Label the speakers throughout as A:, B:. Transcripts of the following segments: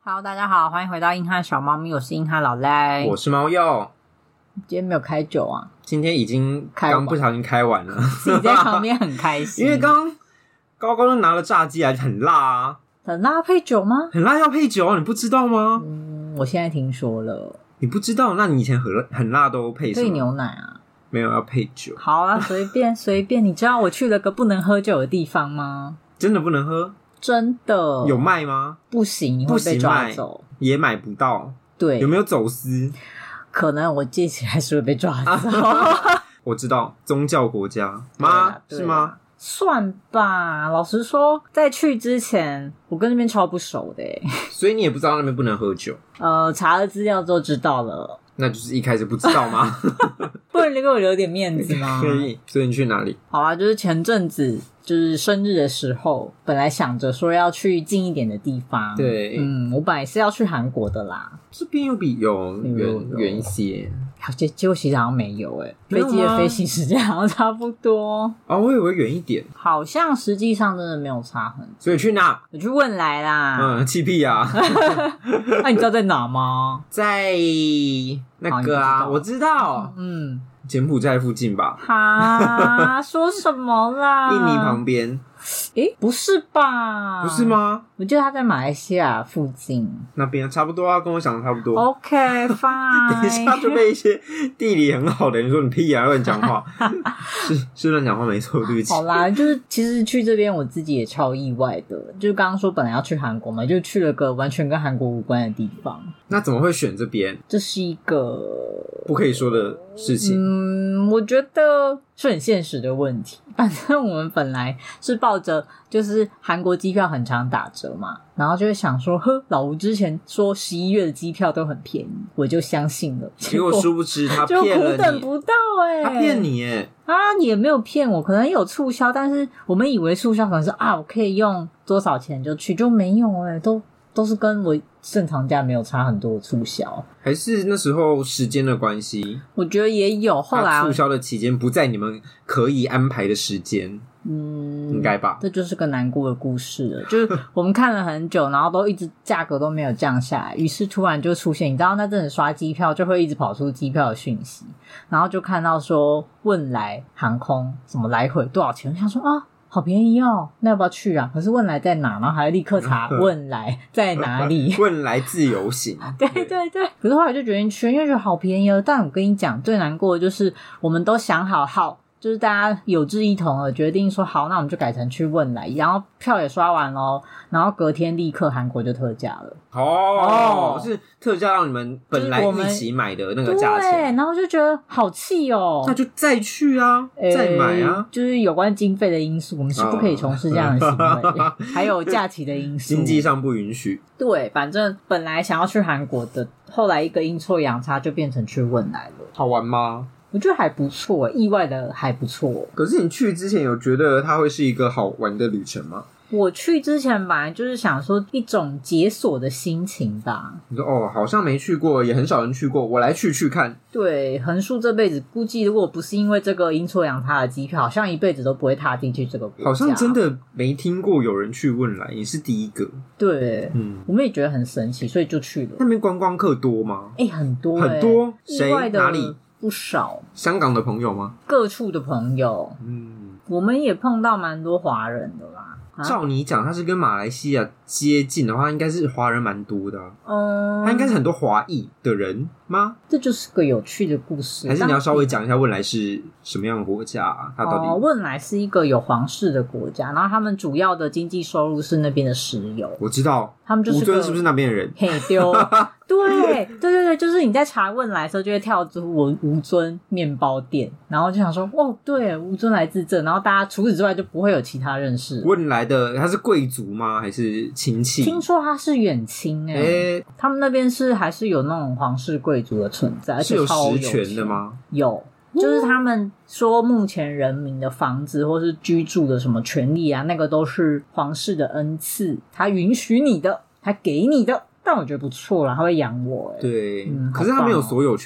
A: Hello， 大家好，欢迎回到硬汉小猫咪，我是硬汉老赖，
B: 我是猫鼬。
A: 今天没有开酒啊？
B: 今天已经刚不小心开完了，
A: 自己在旁边很开心，
B: 因为刚高高就拿了炸鸡来，很辣啊。
A: 很辣配酒吗？
B: 很辣要配酒啊，你不知道吗？
A: 我现在听说了。
B: 你不知道？那你以前很辣都配什么？
A: 配牛奶啊。
B: 没有，要配酒。
A: 好啊，随便随便。你知道我去了个不能喝酒的地方吗？
B: 真的不能喝？
A: 真的。
B: 有卖吗？
A: 不行，你会被抓走，
B: 也买不到。
A: 对，
B: 有没有走私？
A: 可能我借起来是会被抓走。
B: 我知道，宗教国家吗？是吗？
A: 算吧。老实说，在去之前，我跟那边超不熟的耶。
B: 所以你也不知道那边不能喝酒？
A: 查了资料之后知道了。
B: 那就是一开始不知道吗？
A: 不能给我留点面子吗？
B: 可以。所以你去哪里？
A: 好啊，就是前阵子就是生日的时候，本来想着说要去近一点的地方。
B: 对，
A: 我本来是要去韩国的啦。
B: 这边又比有远一些。
A: 结果其实好像没有耶，飞机的飞行时间好像差不多。
B: 哦，我以为远一点。
A: 好像实际上真的没有差很多。
B: 所以去哪？
A: 我去汶莱啦。
B: 气屁啊。
A: 那你知道在哪吗？
B: 在那个啊，我知道。柬埔寨附近吧。
A: 哈，说什么啦？
B: 印尼旁边。
A: 不是吧？
B: 不是吗？
A: 我记得他在马来西亚附近
B: 那边，差不多啊，跟我想的差不多。
A: OK fine。
B: 等一下就被一些地理很好的人说你屁啊，乱讲话。是乱讲话没错，对不起。
A: 好啦，就是其实去这边我自己也超意外的，就是刚刚说本来要去韩国嘛，就去了个完全跟韩国无关的地方。
B: 那怎么会选这边？
A: 这是一个
B: 不可以说的事情。
A: 我觉得是很现实的问题。反正我们本来是抱着就是韩国机票很常打折嘛，然后就会想说老吴之前说11月的机票都很便宜，我就相信了。
B: 结果殊不知他骗了你，
A: 就苦等不到
B: 他骗你耶。
A: 也没有骗我，可能有促销，但是我们以为促销可能是我可以用多少钱就去，就没有都是跟我正常价没有差很多的促销。
B: 还是那时候时间的关系？
A: 我觉得也有。后来
B: 促销的期间不在你们可以安排的时间。应该吧。
A: 这就是个难过的故事了。就是我们看了很久，然后都一直价格都没有降下来，于是突然就出现，你知道那阵子刷机票就会一直跑出机票的讯息，然后就看到说汶莱航空什么来回多少钱，我想说好便宜哦，那要不要去啊？可是汶莱在哪？然后还立刻查汶莱在哪里。
B: 汶莱自由行。
A: 对对对。可是后来就决定去，因为觉得好便宜了。但我跟你讲，最难过的就是我们都想好就是大家有志一同了，决定说好，那我们就改成去汶莱，然后票也刷完咯，然后隔天立刻韩国就特价了。
B: 是特价让你们本来一起买的那个价钱。
A: 对，然后就觉得好气哦。
B: 那就再去啊，再买啊。
A: 就是有关经费的因素，我们是不可以从事这样的行为。还有假期的因素，
B: 经济上不允许。
A: 对，反正本来想要去韩国的，后来一个阴错阳差就变成去汶莱了。
B: 好玩吗？
A: 我觉得还不错，意外的还不错。
B: 可是你去之前有觉得它会是一个好玩的旅程吗？
A: 我去之前本来就是想说一种解锁的心情吧。
B: 你说好像没去过，也很少人去过，我来去看。对，
A: 横竖这辈子估计如果不是因为这个阴错阳差的机票，好像一辈子都不会踏进去这个国家。
B: 好像真的没听过有人去汶莱，你是第一个。
A: 对，我们也觉得很神奇，所以就去了。
B: 那边观光客多吗？
A: 很多
B: 很多。
A: 意外的
B: 哪里？
A: 不少。
B: 香港的朋友吗？
A: 各处的朋友。我们也碰到蛮多华人的啦。
B: 照你讲，它是跟马来西亚接近的话，应该是华人蛮多的。它应该是很多华裔的人吗？
A: 这就是个有趣的故事。
B: 还是你要稍微讲一下汶莱是什么样的国家它到底？
A: 汶莱是一个有皇室的国家，然后他们主要的经济收入是那边的石油。
B: 我知道，
A: 他们就是
B: 吴尊是不是那边的人？
A: 丢。对，就是你在查汶莱的时候就会跳出吴尊面包店，然后就想说对，吴尊来自这，然后大家除此之外就不会有其他认识。
B: 汶莱的他是贵族吗？还是亲戚？
A: 听说他是远亲他们那边是还是有那种皇室贵族的存在，而且超有钱。
B: 是有实权的吗？
A: 有，就是他们说目前人民的房子或是居住的什么权利啊，那个都是皇室的恩赐，他允许你的，他给你的。但我觉得不错啦，他会养我。
B: 对，可是他没有所有权。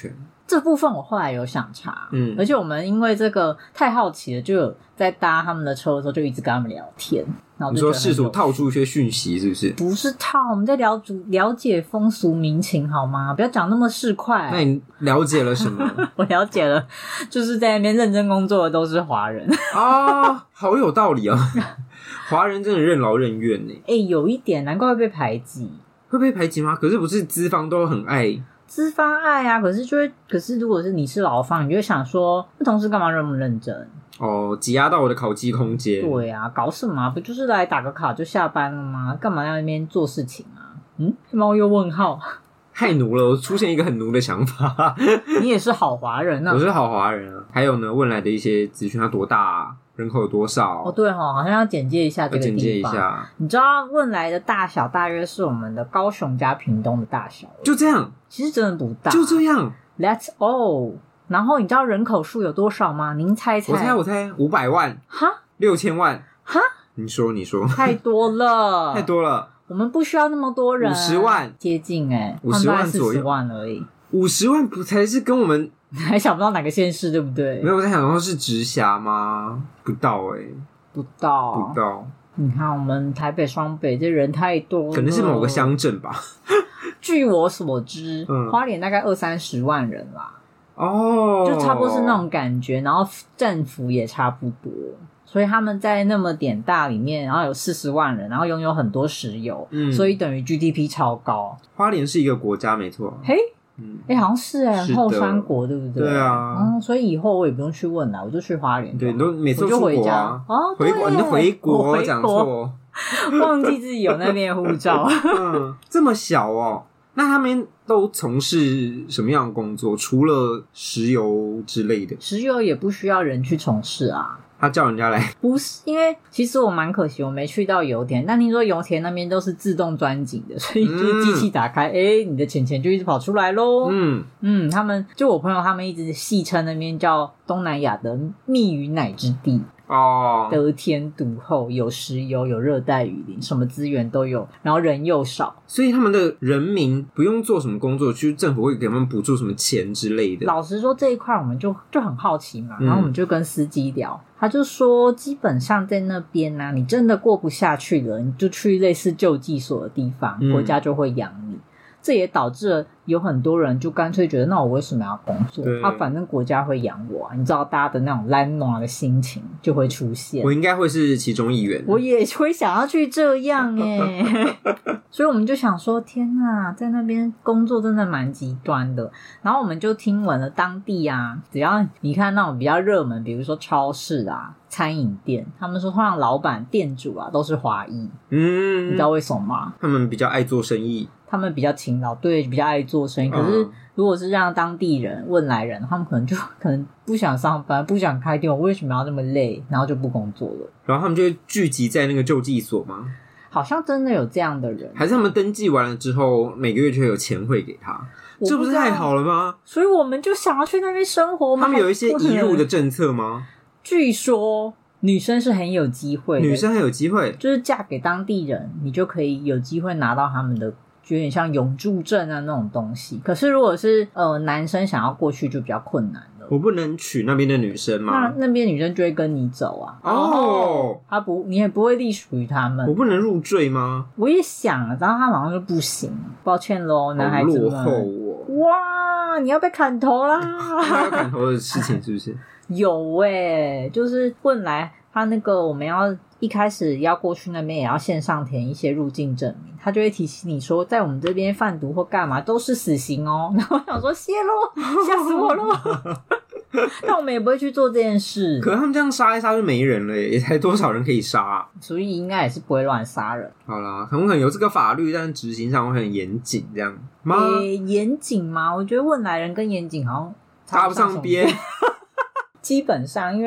A: 这部分我后来有想查，而且我们因为这个太好奇了，就有在搭他们的车的时候就一直跟他们聊天，然后就觉得
B: 你说试图套出一些讯息是不是？
A: 不是套，我们在了解风俗民情好吗？不要讲那么市侩。
B: 那你了解了什么？
A: 我了解了，就是在那边认真工作的都是华人
B: 啊，好有道理啊！华人真的任劳任怨呢。
A: 有一点，难怪会被排挤。
B: 会被排挤吗？可是不是资方都很爱？
A: 资方爱啊，可是如果是你是劳方，你就会想说，那同事干嘛那么认真？
B: 挤压到我的考绩空间。
A: 对啊，搞什么不就是来打个卡就下班了吗？干嘛在那边做事情啊？猫又问号。
B: 太奴了，我出现一个很奴的想法。
A: 你也是好华人啊。
B: 我是好华人啊。还有呢，问来的一些资讯，它多大啊？人口有多少？
A: 对好像要简介一下这个地方。
B: 简介一下。
A: 你知道问来的大小大约是我们的高雄加屏东的大小。
B: 就这样？
A: 其实真的不大。
B: 就这样。
A: That's all。然后你知道人口数有多少吗？您猜猜。
B: 我猜500万。
A: 哈
B: ？6000万。
A: 哈？
B: 你说。
A: 太多了。
B: 太多了。
A: 我们不需要那么多人。
B: 50万。
A: 接近
B: 50万左右。
A: 40万而已。
B: 50万不才是跟我们
A: 还想不到哪个县市对不对？
B: 没有，我在想说是直辖吗？不到
A: 不到。你看我们台北双北这人太多了，
B: 可能是某个乡镇吧。
A: 据我所知，花莲大概20-30万人啦。就差不多是那种感觉，然后政府也差不多，所以他们在那么点大里面，然后有40万人，然后拥有很多石油，所以等于 GDP 超高。
B: 花莲是一个国家没错。
A: 嘿好像是后山国对不对？
B: 对啊。
A: 所以以后我也不用去问了，我就去花莲。
B: 对，你都每次都出国啊？回国，你就回国，讲错，
A: 忘记自己有那边的护照。
B: 这么小哦。那他们都从事什么样的工作？除了石油之类的？石
A: 油也不需要人去从事啊。
B: 他叫人家来？
A: 不是，因为其实我蛮可惜我没去到油田，但听说油田那边都是自动钻井的，所以就是机器打开你的钱就一直跑出来咯。他们就我朋友他们一直戏称那边叫东南亚的蜜与奶之地。得天独厚，有石油，有热带雨林，什么资源都有，然后人又少，
B: 所以他们的人民不用做什么工作，就是政府会给他们补助什么钱之类的。
A: 老实说这一块我们就很好奇嘛，然后我们就跟司机聊，他就说基本上在那边啊，你真的过不下去了，你就去类似救济所的地方，国家就会养你。这也导致了有很多人就干脆觉得，那我为什么要工作？反正国家会养我啊！你知道大家的那种懒惰的心情就会出现。
B: 我应该会是其中一员。
A: 我也会想要去这样所以我们就想说，天哪，在那边工作真的蛮极端的。然后我们就听闻了当地啊，只要你看那种比较热门，比如说超市啊、餐饮店，他们说通常老板、店主啊都是华裔。你知道为什么吗？
B: 他们比较爱做生意。
A: 他们比较勤劳，对，比较爱做生意。可是如果是让当地人、汶莱人，他们可能不想上班，不想开店，我为什么要那么累？然后就不工作了。
B: 然后他们就会聚集在那个救济所吗？
A: 好像真的有这样的人。
B: 还是他们登记完了之后，每个月就会有钱汇给他？这不是太好了吗？
A: 所以我们就想要去那边生活吗？
B: 他们有一些移入的政策吗？
A: 据说女生是很有机会的。
B: 女生很有机会？就是
A: 嫁给当地人，你就可以有机会拿到他们的有点像永住证啊那种东西。可是如果是男生想要过去就比较困难了。
B: 我不能娶那边的女生吗？
A: 那边女生就会跟你走啊。你也不会隶属于他们。
B: 我不能入赘吗？
A: 我也想了，然后他马上就不行，抱歉咯，男孩子们。
B: 好落后哦。
A: 哇，你要被砍头啦。
B: 要砍头的事情是不是？
A: 有就是问来他那个我们要一开始要过去那边也要线上填一些入境证明，他就会提醒你说在我们这边贩毒或干嘛都是死刑哦。然后我想说谢咯，吓死我咯。但我们也不会去做这件事。
B: 可是他们这样杀一杀就没人了耶，也才多少人可以杀啊？
A: 所以应该也是不会乱杀人。
B: 好啦，可能有这个法律，但是执行上会很严谨这样吗？
A: 严谨吗？我觉得汶莱人跟严谨好像
B: 搭不上边。
A: 基本上因为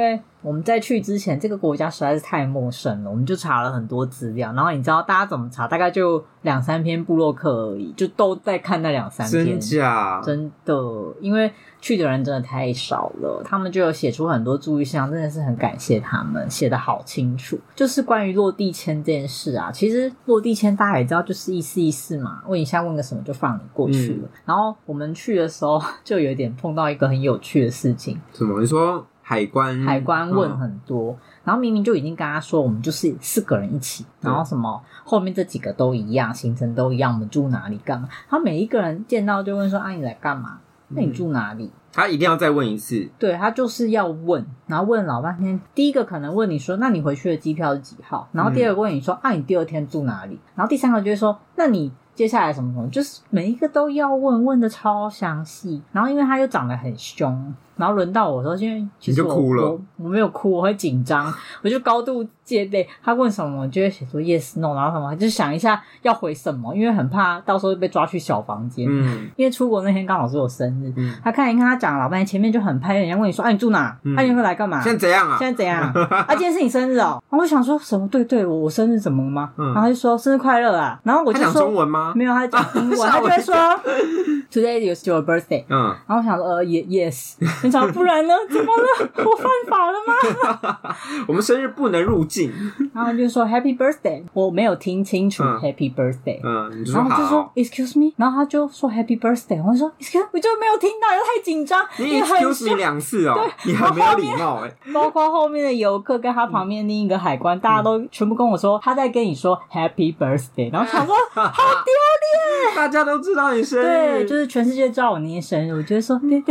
A: 我们在去之前这个国家实在是太陌生了，我们就查了很多资料，然后你知道大家怎么查，大概就2-3篇部落客而已，就都在看那2-3篇。
B: 真假？
A: 真的，因为去的人真的太少了，他们就有写出很多注意事项，真的是很感谢他们，写得好清楚。就是关于落地签这件事啊，其实落地签大家也知道就是意思意思嘛，问一下问个什么就放你过去了。然后我们去的时候就有点碰到一个很有趣的事情。
B: 什么？你说海关
A: 问很多，然后明明就已经跟他说我们就是4个人一起，然后什么后面这几个都一样，行程都一样，我们住哪里干嘛，他每一个人见到就问说你来干嘛，那你住哪里，
B: 他一定要再问一次。
A: 对，他就是要问，然后问老半天。第一个可能问你说那你回去的机票是几号，然后第二个问你说你第2天住哪里，然后第3个就会说那你接下来什么什么，就是每一个都要问，问的超详细。然后因为他又长得很凶，然后轮到我的时候，因为其实
B: 你就哭了。
A: 我没有哭，我会紧张，我就高度戒备。他问什么我就会写说 yes no， 然后什么就想一下要回什么，因为很怕到时候被抓去小房间。因为出国那天刚好是我生日，他看一看他讲了老半天，前面就很拍人家问你说你住哪，你会来干嘛，
B: 现在怎样啊，
A: 现在怎样今天是你生日哦。然后我想说什么，对我生日怎么了吗？然后他就说生日快乐啊，然后我就说
B: 他讲中文吗？
A: 没有，他讲英文他就会说 Today is your birthday。 然后我想说yes， 你想不然呢？怎么了？我犯法了吗？
B: 我们生日不能入境。
A: 然后就说 Happy birthday， 我没有听清楚Happy birthday。
B: 你就说好，
A: 然后就说 Excuse me， 然后他就说 Happy birthday， 我就说 Excuse， 我就没有听到，又太紧张。
B: 你 Excuse me 2次哦，你很没有礼貌
A: 包括后面的游客跟他旁边另一个海关，大家都全部跟我说他在跟你说 Happy birthday， 然后想说好丢脸，
B: 大家都知道你生日，
A: 对，就是全世界知道我那天生日，我就会说 Thank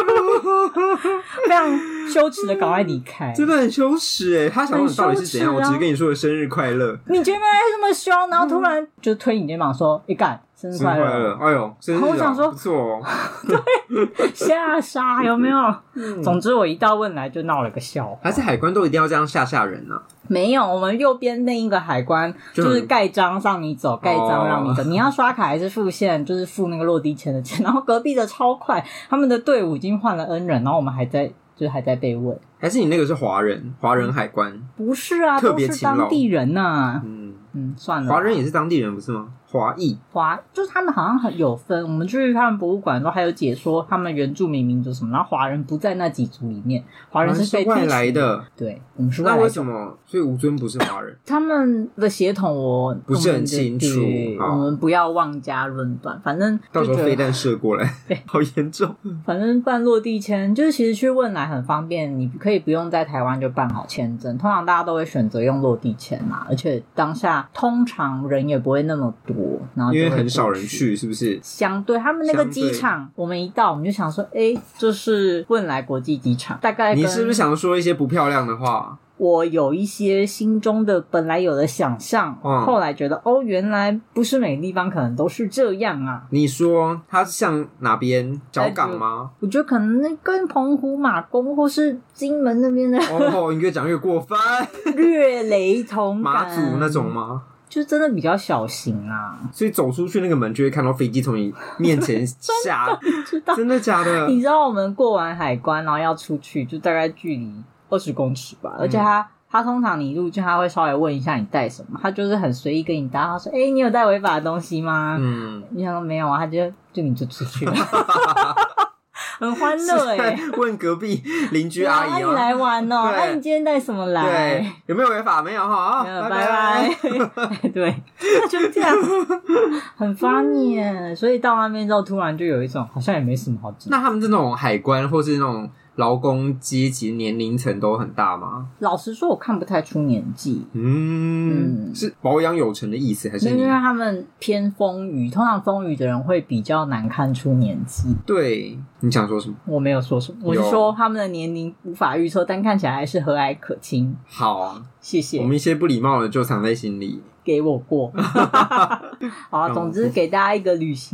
A: you， 非常羞耻的赶快离开，
B: 真的很羞耻他想说你到底是怎样，我只是跟你说的生日快乐，
A: 你觉得这么凶，然后突然就推你肩膀说干生日快乐，
B: 哎呦生日我想说不错哦
A: 对，吓傻有没有总之我一到问来就闹了个笑话。
B: 还是海关都一定要这样吓人啊？
A: 没有，我们右边另一个海关就是盖章让你走，盖章让你走，你要刷卡还是付现，就是付那个落地签的钱。然后隔壁的超快，他们的队伍已经换了 N 人，然后我们还在被问。还
B: 是你那个是华人海关？
A: 不是啊，都是当地人啊。算了，
B: 华人也是当地人不是吗？华裔
A: 就是他们好像很有分，我们去他们博物馆的时候还有解说他们原住民民族什么，然后华人不在那几族里面，华人是被
B: 外来的。
A: 对，我们是外来的。
B: 那为什么所以吴尊不是华人？
A: 他们的血统我
B: 不是很清楚，
A: 我们不要妄加论断，反正
B: 到时候飞弹射过来对，好严重。
A: 反正办落地签就是其实去汶莱很方便，你可以不用在台湾就办好签证，通常大家都会选择用落地签嘛，而且当下通常人也不会那么多，然后
B: 因为很少人去，是不是？
A: 相对他们那个机场，我们一到我们就想说这是汶莱国际机场，大概
B: 你是不是想说一些不漂亮的话？
A: 我有一些心中的本来有的想象，后来觉得原来不是每个地方可能都是这样啊。
B: 你说它像哪边？角港吗？
A: 我觉得可能跟澎湖马公或是金门那边的
B: 你越讲越过分
A: 略雷同感。
B: 马祖那种吗？
A: 就真的比较小型啊，
B: 所以走出去那个门就会看到飞机从你面前下真的假的？
A: 你知道我们过完海关然后要出去就大概距离20公尺吧，而且他通常你入境他会稍微问一下你带什么，他就是很随意跟你搭，他说你有带违法的东西吗？你想说没有啊，他就你就出去了很欢乐
B: 问隔壁邻居阿姨
A: 你来玩你今天带什么来？
B: 对，有没有违法？没有哈，
A: 拜拜对，就这样很 funny 所以到那边之后突然就有一种好像也没什么好讲。
B: 那他们这种海关或是那种劳工阶级年龄层都很大吗？
A: 老实说我看不太出年纪。
B: 是保养有成的意思还是？
A: 因为他们偏丰腴，通常丰腴的人会比较难看出年纪。
B: 对，你想说什么？
A: 我没有说什么，我是说他们的年龄无法预测，但看起来还是和蔼可亲。
B: 好啊，
A: 谢谢。
B: 我们一些不礼貌的就藏在心里，
A: 给我过好总之给大家一个旅行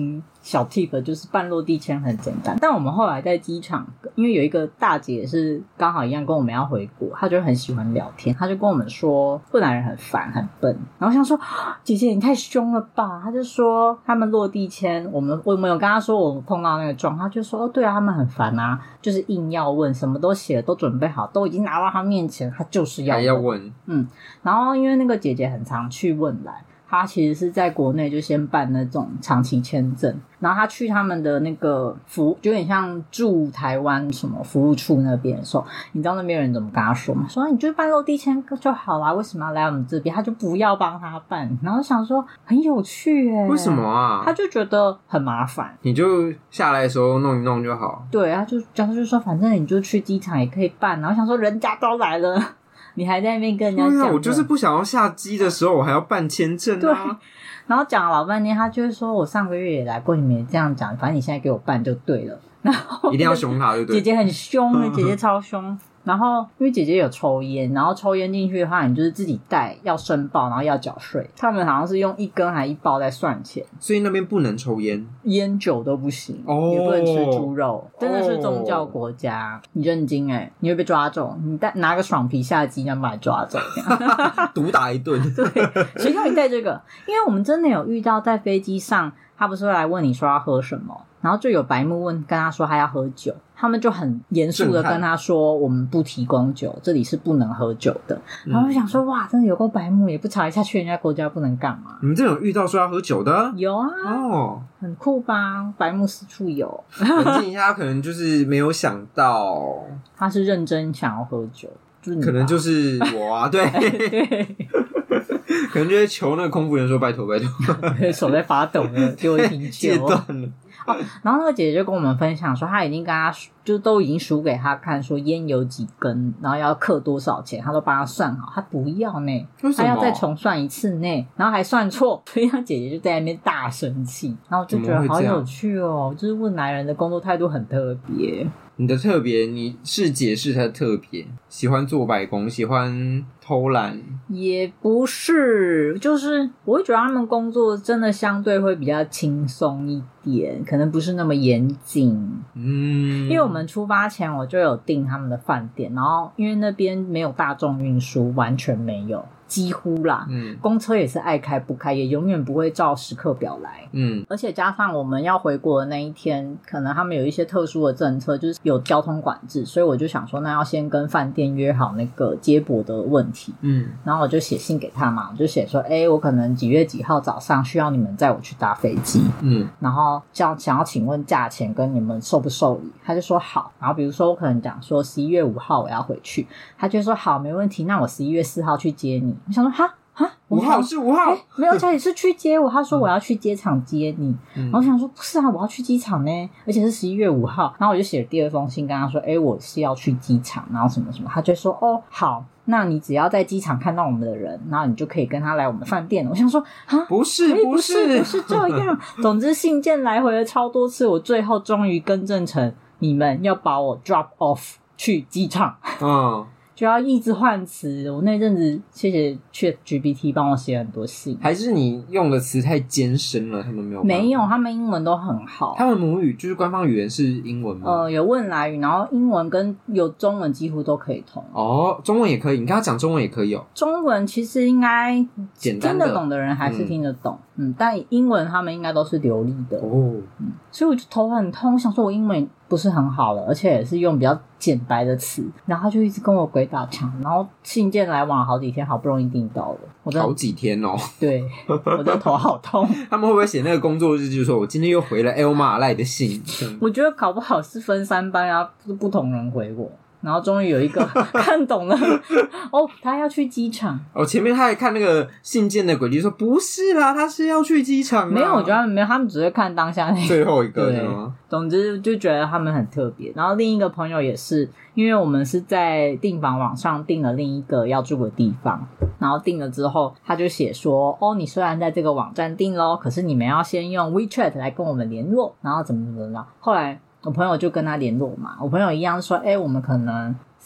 A: 小 tip 就是办落地签很简单，但我们后来在机场，因为有一个大姐是刚好一样跟我们要回国，她就很喜欢聊天，她就跟我们说越南人很烦很笨，然后想说姐姐你太凶了吧，她就说他们落地签，我们有跟她说我碰到那个状况，她就说哦对啊他们很烦啊，就是硬要问，什么都写了都准备好，都已经拿到她面前，她就是要问，
B: 还要问。
A: 然后因为那个姐姐很常去汶莱，她其实是在国内就先办那种长期签证，然后她去他们的那个服务，就有点像驻台湾什么服务处那边的时候，你知道那边人怎么跟她说吗？说你就办落地签就好啦，为什么要来我们这边？她就不要帮她办，然后想说很有趣耶，
B: 为什么啊？
A: 她就觉得很麻烦，
B: 你就下来的时候弄一弄就好。
A: 对，她就说反正你就去机场也可以办，然后想说人家都来了。你还在那边跟人家讲，
B: 我就是不想要下机的时候我还要办签证啊。
A: 对，然后讲了老半天，他就会说我上个月也来过，你们也这样讲，反正你现在给我办就对了。然后
B: 一定要凶他，对不对？
A: 姐姐很凶，姐姐超凶。然后因为姐姐有抽烟，然后抽烟进去的话，你就是自己带，要申报，然后要缴税。他们好像是用一根还一包在算钱，
B: 所以那边不能抽烟，
A: 烟酒都不行，也不能吃猪肉，真的是宗教国家。你认惊你会被抓走，你拿个爽皮下机，要把你抓走，
B: 毒打一顿。
A: 对，谁叫你带这个？因为我们真的有遇到在飞机上，他不是会来问你说要喝什么，然后就有白目跟他说他要喝酒，他们就很严肃的跟他说我们不提供酒，这里是不能喝酒的。然后我想说哇，真的有够白目，也不查一下去人家国家不能干嘛。
B: 你们这种遇到说要喝酒的？
A: 有啊，很酷吧？白目四处有。
B: 冷静一下，可能就是没有想到
A: 他是认真想要喝酒，就是
B: 可能就是我啊，对。
A: 对
B: 可能就会求那个空服员说拜托拜托，
A: 手在发抖了，给我一瓶酒。
B: 戒断了。
A: 然后那个姐姐就跟我们分享说，她已经跟他就都已经数给他看，说烟有几根，然后要克多少钱，她都帮他算好，她不要呢，她要再重算一次呢，然后还算错，所以她姐姐就在那边大生气，然后我就觉得好有趣哦，就是汶莱人的工作态度很特别。
B: 你的特别，你是解释他的特别，喜欢做白工，喜欢偷懒，也
A: 不是，就是我会觉得他们工作真的相对会比较轻松一点，可能不是那么严谨。因为我们出发前我就有订他们的饭店，然后因为那边没有大众运输，完全没有。几乎啦，公车也是爱开不开，也永远不会照时刻表来。而且加上我们要回国的那一天，可能他们有一些特殊的政策，就是有交通管制，所以我就想说，那要先跟饭店约好那个接驳的问题。然后我就写信给他嘛，我就写说，我可能几月几号早上需要你们载我去搭飞机。然后想要请问价钱跟你们受不受理，他就说好。然后比如说我可能讲说11月5号我要回去，他就说好没问题，那我11月4号去接你。我想说哈
B: 5号是5号，
A: 没有，而且也是去接我。他说我要去机场接你，然后我想说不是啊，我要去机场呢，而且是11月5号。然后我就写了第二封信跟他说，我是要去机场，然后什么什么，他就说哦好，那你只要在机场看到我们的人，然后你就可以跟他来我们饭店。我想说啊，不是这样。总之信件来回了超多次，我最后终于更正成你们要把我 drop off 去机场。就要一直换词。我那阵子谢谢 ChatGPT 帮我写很多信。
B: 还是你用的词太艰深了，他们没有，
A: 他们英文都很好。
B: 他们母语就是官方语言是英文吗？
A: 有汶莱语，然后英文跟有中文几乎都可以通。
B: 中文也可以，你跟他讲中文也可以
A: 中文其实应该
B: 简单的
A: 听得懂的人还是听得懂。但英文他们应该都是流利的。所以我就头很痛，我想说我英文不是很好了，而且也是用比较简白的词，然后他就一直跟我鬼打墙，然后信件来往好几天，好不容易订到了，
B: 好几天
A: 对，我的头好痛。
B: 他们会不会写那个工作日，就是说我今天又回了 Elma 赖的信？
A: 我觉得搞不好是分3班啊，不同人回我。然后终于有一个看懂了他要去机场。
B: 前面他还看那个信件的轨迹说不是啦，他是要去机场
A: 没有，我觉得没有，他们只会看当下那个
B: 最后一个是吗？
A: 总之就觉得他们很特别。然后另一个朋友也是，因为我们是在订房网上订了另一个要住的地方，然后订了之后他就写说你虽然在这个网站订咯，可是你们要先用 WeChat 来跟我们联络，然后怎么后来我朋友就跟他联络嘛，我朋友一样说我们可能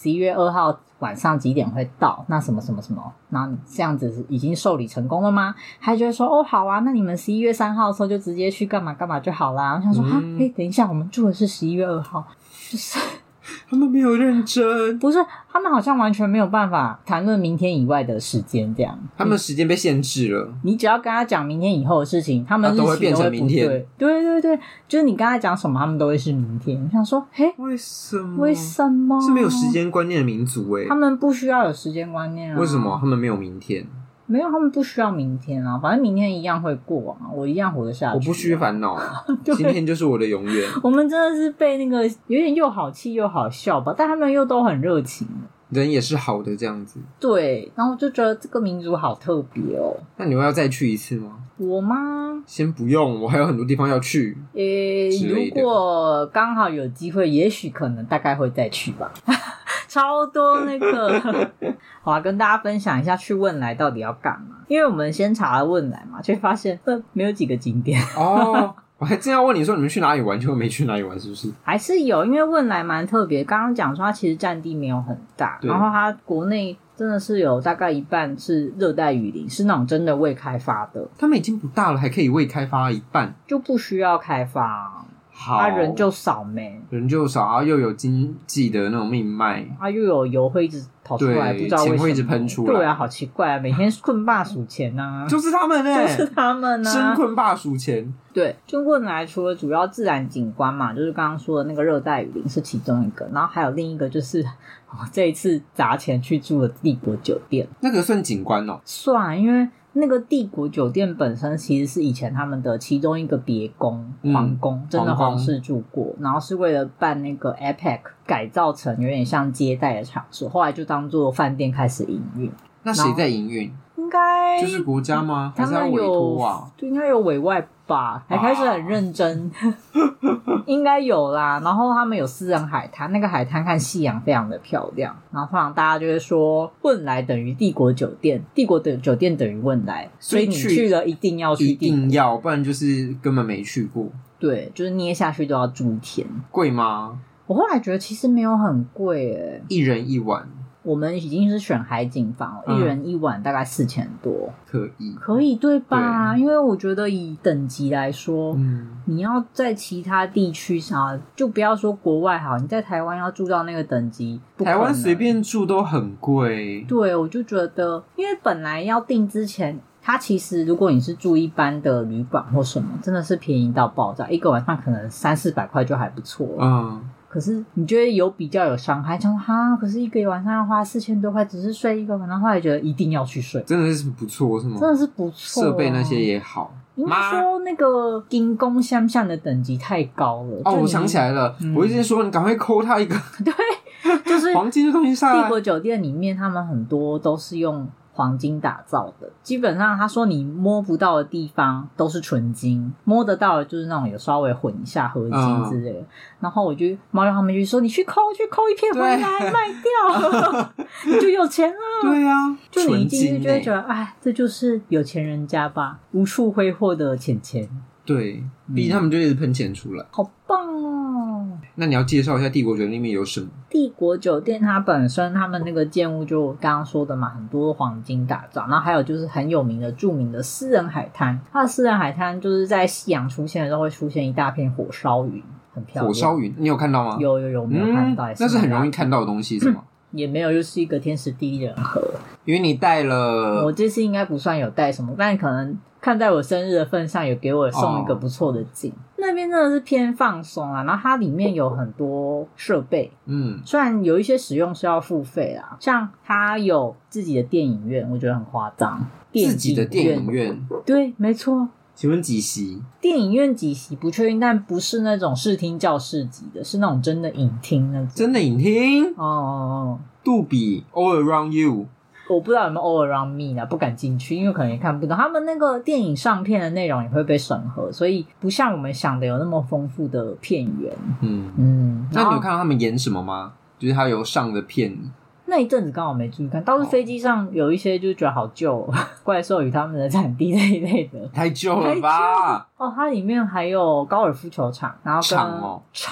A: 11月2号晚上几点会到，那什么什么什么，然后你这样子已经受理成功了吗？他就会说哦好啊，那你们11月3号的时候就直接去干嘛干嘛就好啦。我想说等一下，我们住的是11月2号，就是
B: 他们没有认真，
A: 不是，他们好像完全没有办法谈论明天以外的时间，这样
B: 他们时间被限制了。
A: 你只要跟他讲明天以后的事情，他们日期
B: 都会变成明天。
A: 对对对，就是你跟他讲什么，他们都会是明天。我想说，
B: 为什么？
A: 为什么
B: 是没有时间观念的民族他
A: 们不需要有时间观念啊？
B: 为什么他们没有明天？
A: 没有，他们不需要明天啊，反正明天一样会过啊，我一样活得下去，
B: 我不需烦恼今天就是我的永远。
A: 我们真的是被那个有点又好气又好笑吧，但他们又都很热情，
B: 人也是好的这样子。对，
A: 然后就觉得这个民族好特别哦。
B: 那你会要再去一次吗？
A: 我吗？
B: 先不用，我还有很多地方要去。
A: 如果刚好有机会，也许可能大概会再去吧。超多那个好啊，跟大家分享一下去汶莱到底要干嘛，因为我们先查了汶莱嘛，就发现没有几个景点
B: 哦。我还正要问你说你们去哪里玩，就没去哪里玩，是不是？
A: 还是有，因为汶莱蛮特别，刚刚讲说它其实占地没有很大，然后它国内真的是有大概一半是热带雨林，是那种真的未开发的。
B: 他们已经不大了，还可以未开发一半，
A: 就不需要开发。
B: 好，
A: 人就少没，
B: 人就少，然后又有经济的那种命脉，
A: 又有油会一直跑出来，不知道为什么
B: 钱会一直喷出来。
A: 对啊，好奇怪啊，每天困霸数钱啊。
B: 就是他们
A: 就是他们啊，
B: 真困霸数钱。
A: 对，就汶莱除了主要自然景观嘛，就是刚刚说的那个热带雨林是其中一个，然后还有另一个就是这一次砸钱去住的帝国酒店。
B: 那个算景观哦？
A: 算，因为那个帝国酒店本身其实是以前他们的其中一个别宫，皇宫，真的皇室住过，然后是为了办那个 APEC 改造成有点像接待的场所，后来就当做饭店开始营运。
B: 那谁在营运？
A: 应该
B: 就是国家吗？还是要委托啊？
A: 就应该有委外吧，还开始很认真。应该有啦。然后他们有私人海滩，那个海滩看夕阳非常的漂亮。然后通常大家就会说汶莱等于帝国酒店，帝国的酒店等于汶莱，所以你去了一定要去，
B: 一定要，不然就是根本没去过。
A: 对，就是捏下去都要住一天。
B: 贵吗？
A: 我后来觉得其实没有很贵
B: 一人一晚。
A: 我们已经是选海景房了，一人一晚大概4000多，
B: 可以
A: 对吧？对，因为我觉得以等级来说，你要在其他地区啥，就不要说国外好，你在台湾要住到那个等级，不可能，
B: 台湾随便住都很贵。对，
A: 我就觉得，因为本来要订之前，它其实如果你是住一般的旅馆或什么，真的是便宜到爆炸，一个晚上可能300-400块就还不错了。可是你觉得有比较有伤害，想说可是一个晚上要花4000多块，只是睡一个晚上，后来觉得一定要去睡，
B: 真的是不错，是吗？真
A: 的是不错，
B: 设备那些也好。
A: 应该说那个金宫相向的等级太高了。
B: 我想起来了，我一直说你赶快抠他一个，
A: 对，就是
B: 黄金的东西上来。
A: 帝国酒店里面，他们很多都是用黄金打造的，基本上他说你摸不到的地方都是纯金，摸得到的就是那种有稍微混一下合金之类的。然后我就猫友他们就说你去抠一片回来卖掉，你就有钱了。
B: 对啊，
A: 就你一进去就会觉得，这就是有钱人家吧，无处挥霍的钱。
B: 对，毕竟他们就一直喷钱出来，
A: 好棒哦。
B: 那你要介绍一下帝国酒店里面有什么？
A: 帝国酒店它本身他们那个建物就刚刚说的嘛，很多黄金打造，然后还有就是很有名的著名的私人海滩。它的私人海滩就是在夕阳出现的时候会出现一大片火烧云，很漂亮。火
B: 烧云你有看到吗？
A: 有没有看到？
B: 那是很容易看到的东西是吗？
A: 也没有，就是一个天时地利人和。
B: 因为你带了，
A: 我这次应该不算有带什么，但可能看在我生日的份上，有给我送一个不错的景。那边真的是偏放松啊，然后它里面有很多设备，虽然有一些使用是要付费啦，像它有自己的电影院，我觉得很夸张。
B: 自己的电影院，
A: 对，没错。
B: 请问几席？
A: 电影院几席不确定，但不是那种视听教室级的，是那种真的影厅那种。
B: 真的影厅？杜比 All Around You。
A: 我不知道有没有 All Around Me 啦，不敢进去，因为可能也看不懂。他们那个电影上片的内容也会被审核，所以不像我们想的有那么丰富的片源。
B: 那你有看到他们演什么吗？就是他有上的片。
A: 那一阵子刚好没注意看，倒是飞机上有一些就觉得好旧怪兽与他们的产地这一类的，
B: 太旧了吧。
A: 它里面还有高尔夫球场，然后跟场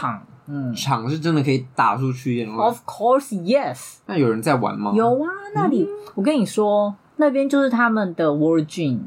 B: 场是真的可以打出去的吗？
A: Of course, yes。
B: 那有人在玩吗？
A: 有啊，那里、我跟你说，那边就是他们的 Virgin。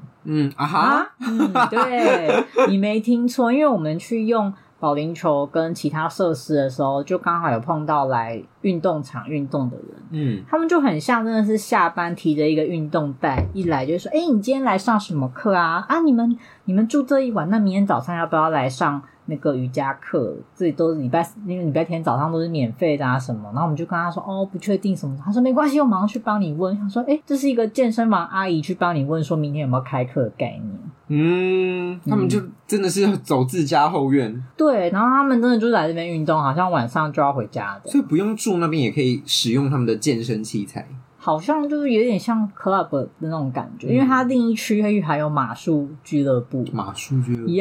A: 对，你没听错，因为我们去用保龄球跟其他设施的时候，就刚好有碰到来运动场运动的人，他们就很像真的是下班提着一个运动袋，一来就说你今天来上什么课啊？你们住这一晚，那明天早上要不要来上那个瑜伽课？这里都是因为礼拜天早上都是免费的什么，然后我们就跟他说不确定什么，他说没关系，我马上去帮你问。他说这是一个健身房阿姨去帮你问说明天有没有开课的概念。
B: 他们就真的是走自家后院。对，
A: 然后他们真的就是来这边运动，好像晚上就要回家的，
B: 所以不用住那边也可以使用他们的健身器材。
A: 好像就是有点像 club 的那种感觉，因为它另一区还有马术俱乐部。
B: 马术俱乐部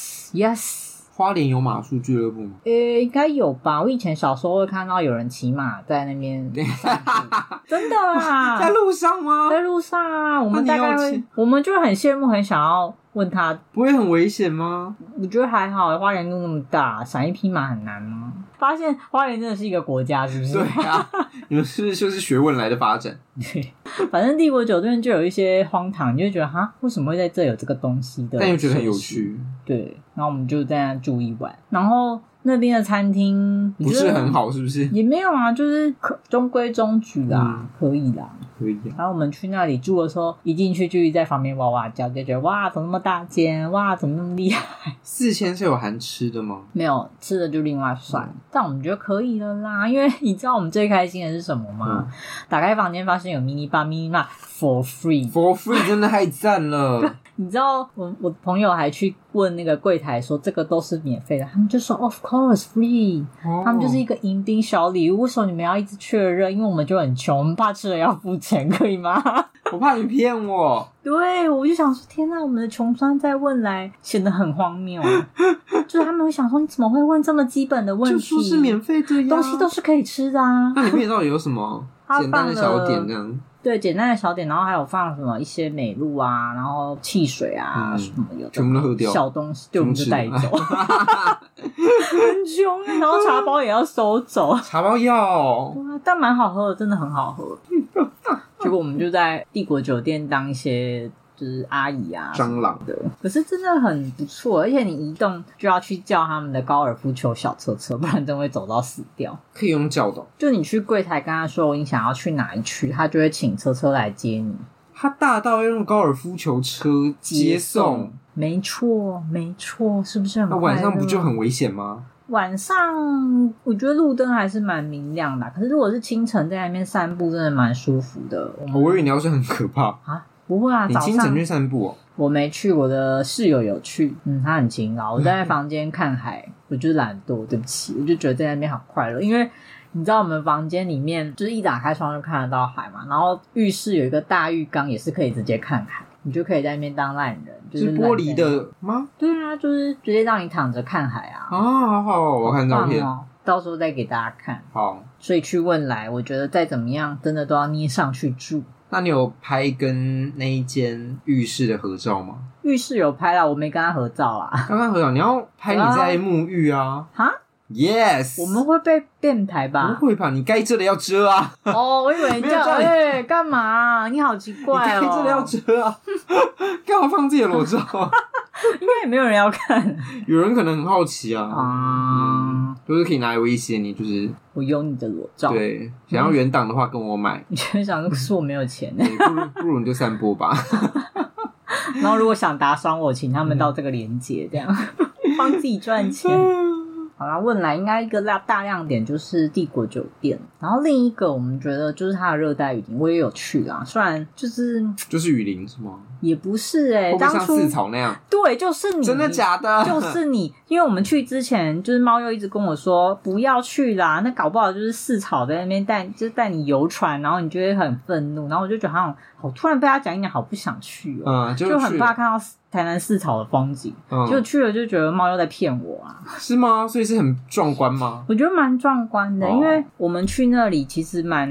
A: ，yes。
B: 花莲有马术俱乐部吗？
A: 应该有吧。我以前小时候会看到有人骑马在那边真的啦。
B: 在路上吗？
A: 在路上啊。我们大概我们就很羡慕，很想要问他。
B: 不会很危险吗？
A: 我觉得还好，花莲路那么大，闪一匹马很难吗？发现花莲真的是一个国家，是不是？
B: 对啊，你们就是学问来的发展。
A: 对，反正帝国酒店就有一些荒唐，你就觉得为什么会在这有这个东西的？
B: 但又觉得很有趣。
A: 对，然后我们就在那住一晚，然后那边的餐厅
B: 不是很好，是不是？
A: 也没有啊，就是中规中矩啦，可以啦。
B: 可以。
A: 然后我们去那里住的时候，一进去就一直在旁边哇哇叫，就觉得哇怎么那么大间，哇怎么那么厉害。
B: 4000是有含吃的吗？
A: 没有，吃的就另外算。但我们觉得可以了啦，因为你知道我们最开心的是什么吗？打开房间发现有 mini bar for free
B: 真的太赞了。
A: 你知道我朋友还去问那个柜台说这个都是免费的，他们就说 of course free，他们就是一个迎宾小礼物。为什么你们要一直确认？因为我们就很穷，我们怕吃了要付钱，可以吗？
B: 我怕你骗我。
A: 对，我就想说天哪，我们的穷酸在问来显得很荒谬。就是他们会想说你怎么会问这么基本的问题？
B: 就说是免费的呀，
A: 东西都是可以吃的啊。
B: 那里面到底有什么简单的小点这样？
A: 对，简单的小点，然后还有放什么一些美露啊，然后汽水啊，什么有的
B: 全部都喝掉，
A: 小东西对我们就带走。很穷，然后茶包也要收走。
B: 茶包要，
A: 但蛮好喝的，真的很好喝。结果我们就在帝国酒店当一些就是阿姨啊
B: 蟑螂
A: 的，可是真的很不错，而且你移动就要去叫他们的高尔夫球小车车，不然真会走到死掉。
B: 可以用叫的，
A: 就你去柜台跟他说你想要去哪一区，他就会请车车来接你。
B: 他大到要用高尔夫球车接送？
A: 没错没错，是不是很快乐？
B: 那晚上不就很危险吗？
A: 晚上我觉得路灯还是蛮明亮的，可是如果是清晨在那边散步真的蛮舒服的。
B: 我以为你要是很可怕
A: 啊，不会啊。
B: 你清晨去散步
A: 我没去，我的室友有去，他很勤劳。我在房间看海，我就懒惰，对不起，我就觉得在那边好快乐。因为你知道我们房间里面就是一打开窗就看得到海嘛，然后浴室有一个大浴缸，也是可以直接看海，你就可以在那边当烂人。
B: 是玻璃的吗？
A: 对啊，就是直接让你躺着看海啊。
B: 好好，我看照片
A: 到时候再给大家看。
B: 好，
A: 所以去汶莱我觉得再怎么样真的都要捏上去住。
B: 那你有拍跟那一间浴室的合照吗？
A: 浴室有拍啦，我没跟他合照啦。
B: 刚刚合照，你要拍你在沐浴啊。
A: 哈
B: Yes，
A: 我们会被电台吧？
B: 不会吧？你该遮的要遮啊！
A: 我以为你叫干嘛你好奇怪
B: 你该遮的要遮啊！干嘛放自己的裸照啊？
A: 应该也没有人要看。
B: 有人可能很好奇啊。就是可以拿来威胁你，就是
A: 我有你的裸照。
B: 对，想要原档的话跟我买。
A: 你就想是我没有钱
B: 不如你就散播吧。
A: 然后如果想打赏我，请他们到这个连结，这样帮自己赚钱。好啦，汶莱应该一个大亮点就是帝国酒店，然后另一个我们觉得就是它的热带雨林，我也有去啦，虽然就是
B: 雨林是吗？
A: 也不是会不
B: 会像四草那样？
A: 对，就是你，
B: 真的假的？
A: 就是你，因为我们去之前，就是猫又一直跟我说不要去啦，那搞不好就是四草在那边带你游船，然后你就会很愤怒，然后我就觉得好突然被他讲一讲，好不想去就很怕看到台南四草的风景，就去了就觉得猫又在骗我啊。
B: 是吗？所以是很壮观吗？
A: 我觉得蛮壮观的，因为我们去那里其实蛮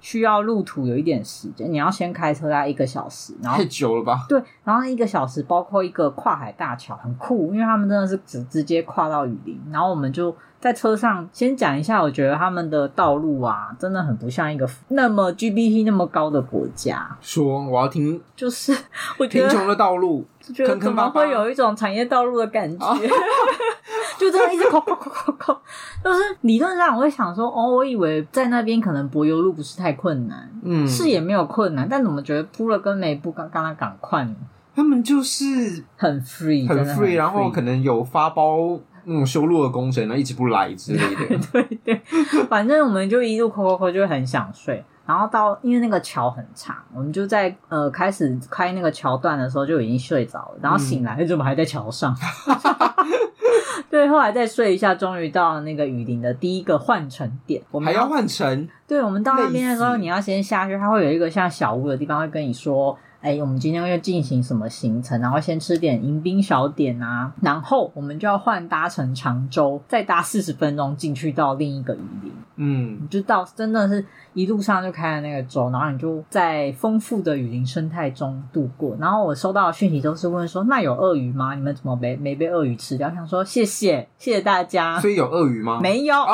A: 需要路途有一点时间，你要先开车大概1个小时，然后
B: 太久了吧？
A: 对，然后那1个小时包括一个跨海大桥，很酷，因为他们真的是直接跨到雨林，然后我们就在车上先讲一下，我觉得他们的道路啊，真的很不像一个那么 GPT 那么高的国家。
B: 说我要听，
A: 就是我觉得
B: 贫穷的道路，
A: 觉得怎么会有一种产业道路的感觉？就真的一直扣，就是理论上我会想说，我以为在那边可能柏油路不是太困难，是也没有困难，但怎么觉得铺了跟没铺刚刚赶快呢？
B: 他们就是
A: 很 free，
B: 很 free， 然后可能有发包那种修路的工程，然后一直不来之类的。
A: 对，反正我们就一路扣，就很想睡。然后因为那个桥很长，我们就在开始开那个桥段的时候就已经睡着了，然后醒来怎么还在桥上？对，后来再睡一下，终于到了那个雨林的第一个换乘点。我们
B: 还要换乘？
A: 对，我们到那边的时候，你要先下去，它会有一个像小屋的地方，会跟你说，我们今天会进行什么行程，然后先吃点迎宾小点啊，然后我们就要换搭乘长舟，再搭40分钟进去到另一个雨林。你就到真的是一路上就开了那个舟，然后你就在丰富的雨林生态中度过。然后我收到的讯息都是问说，那有鳄鱼吗？你们怎么没被鳄鱼吃掉？想说谢谢大家。
B: 所以有鳄鱼吗？
A: 没有。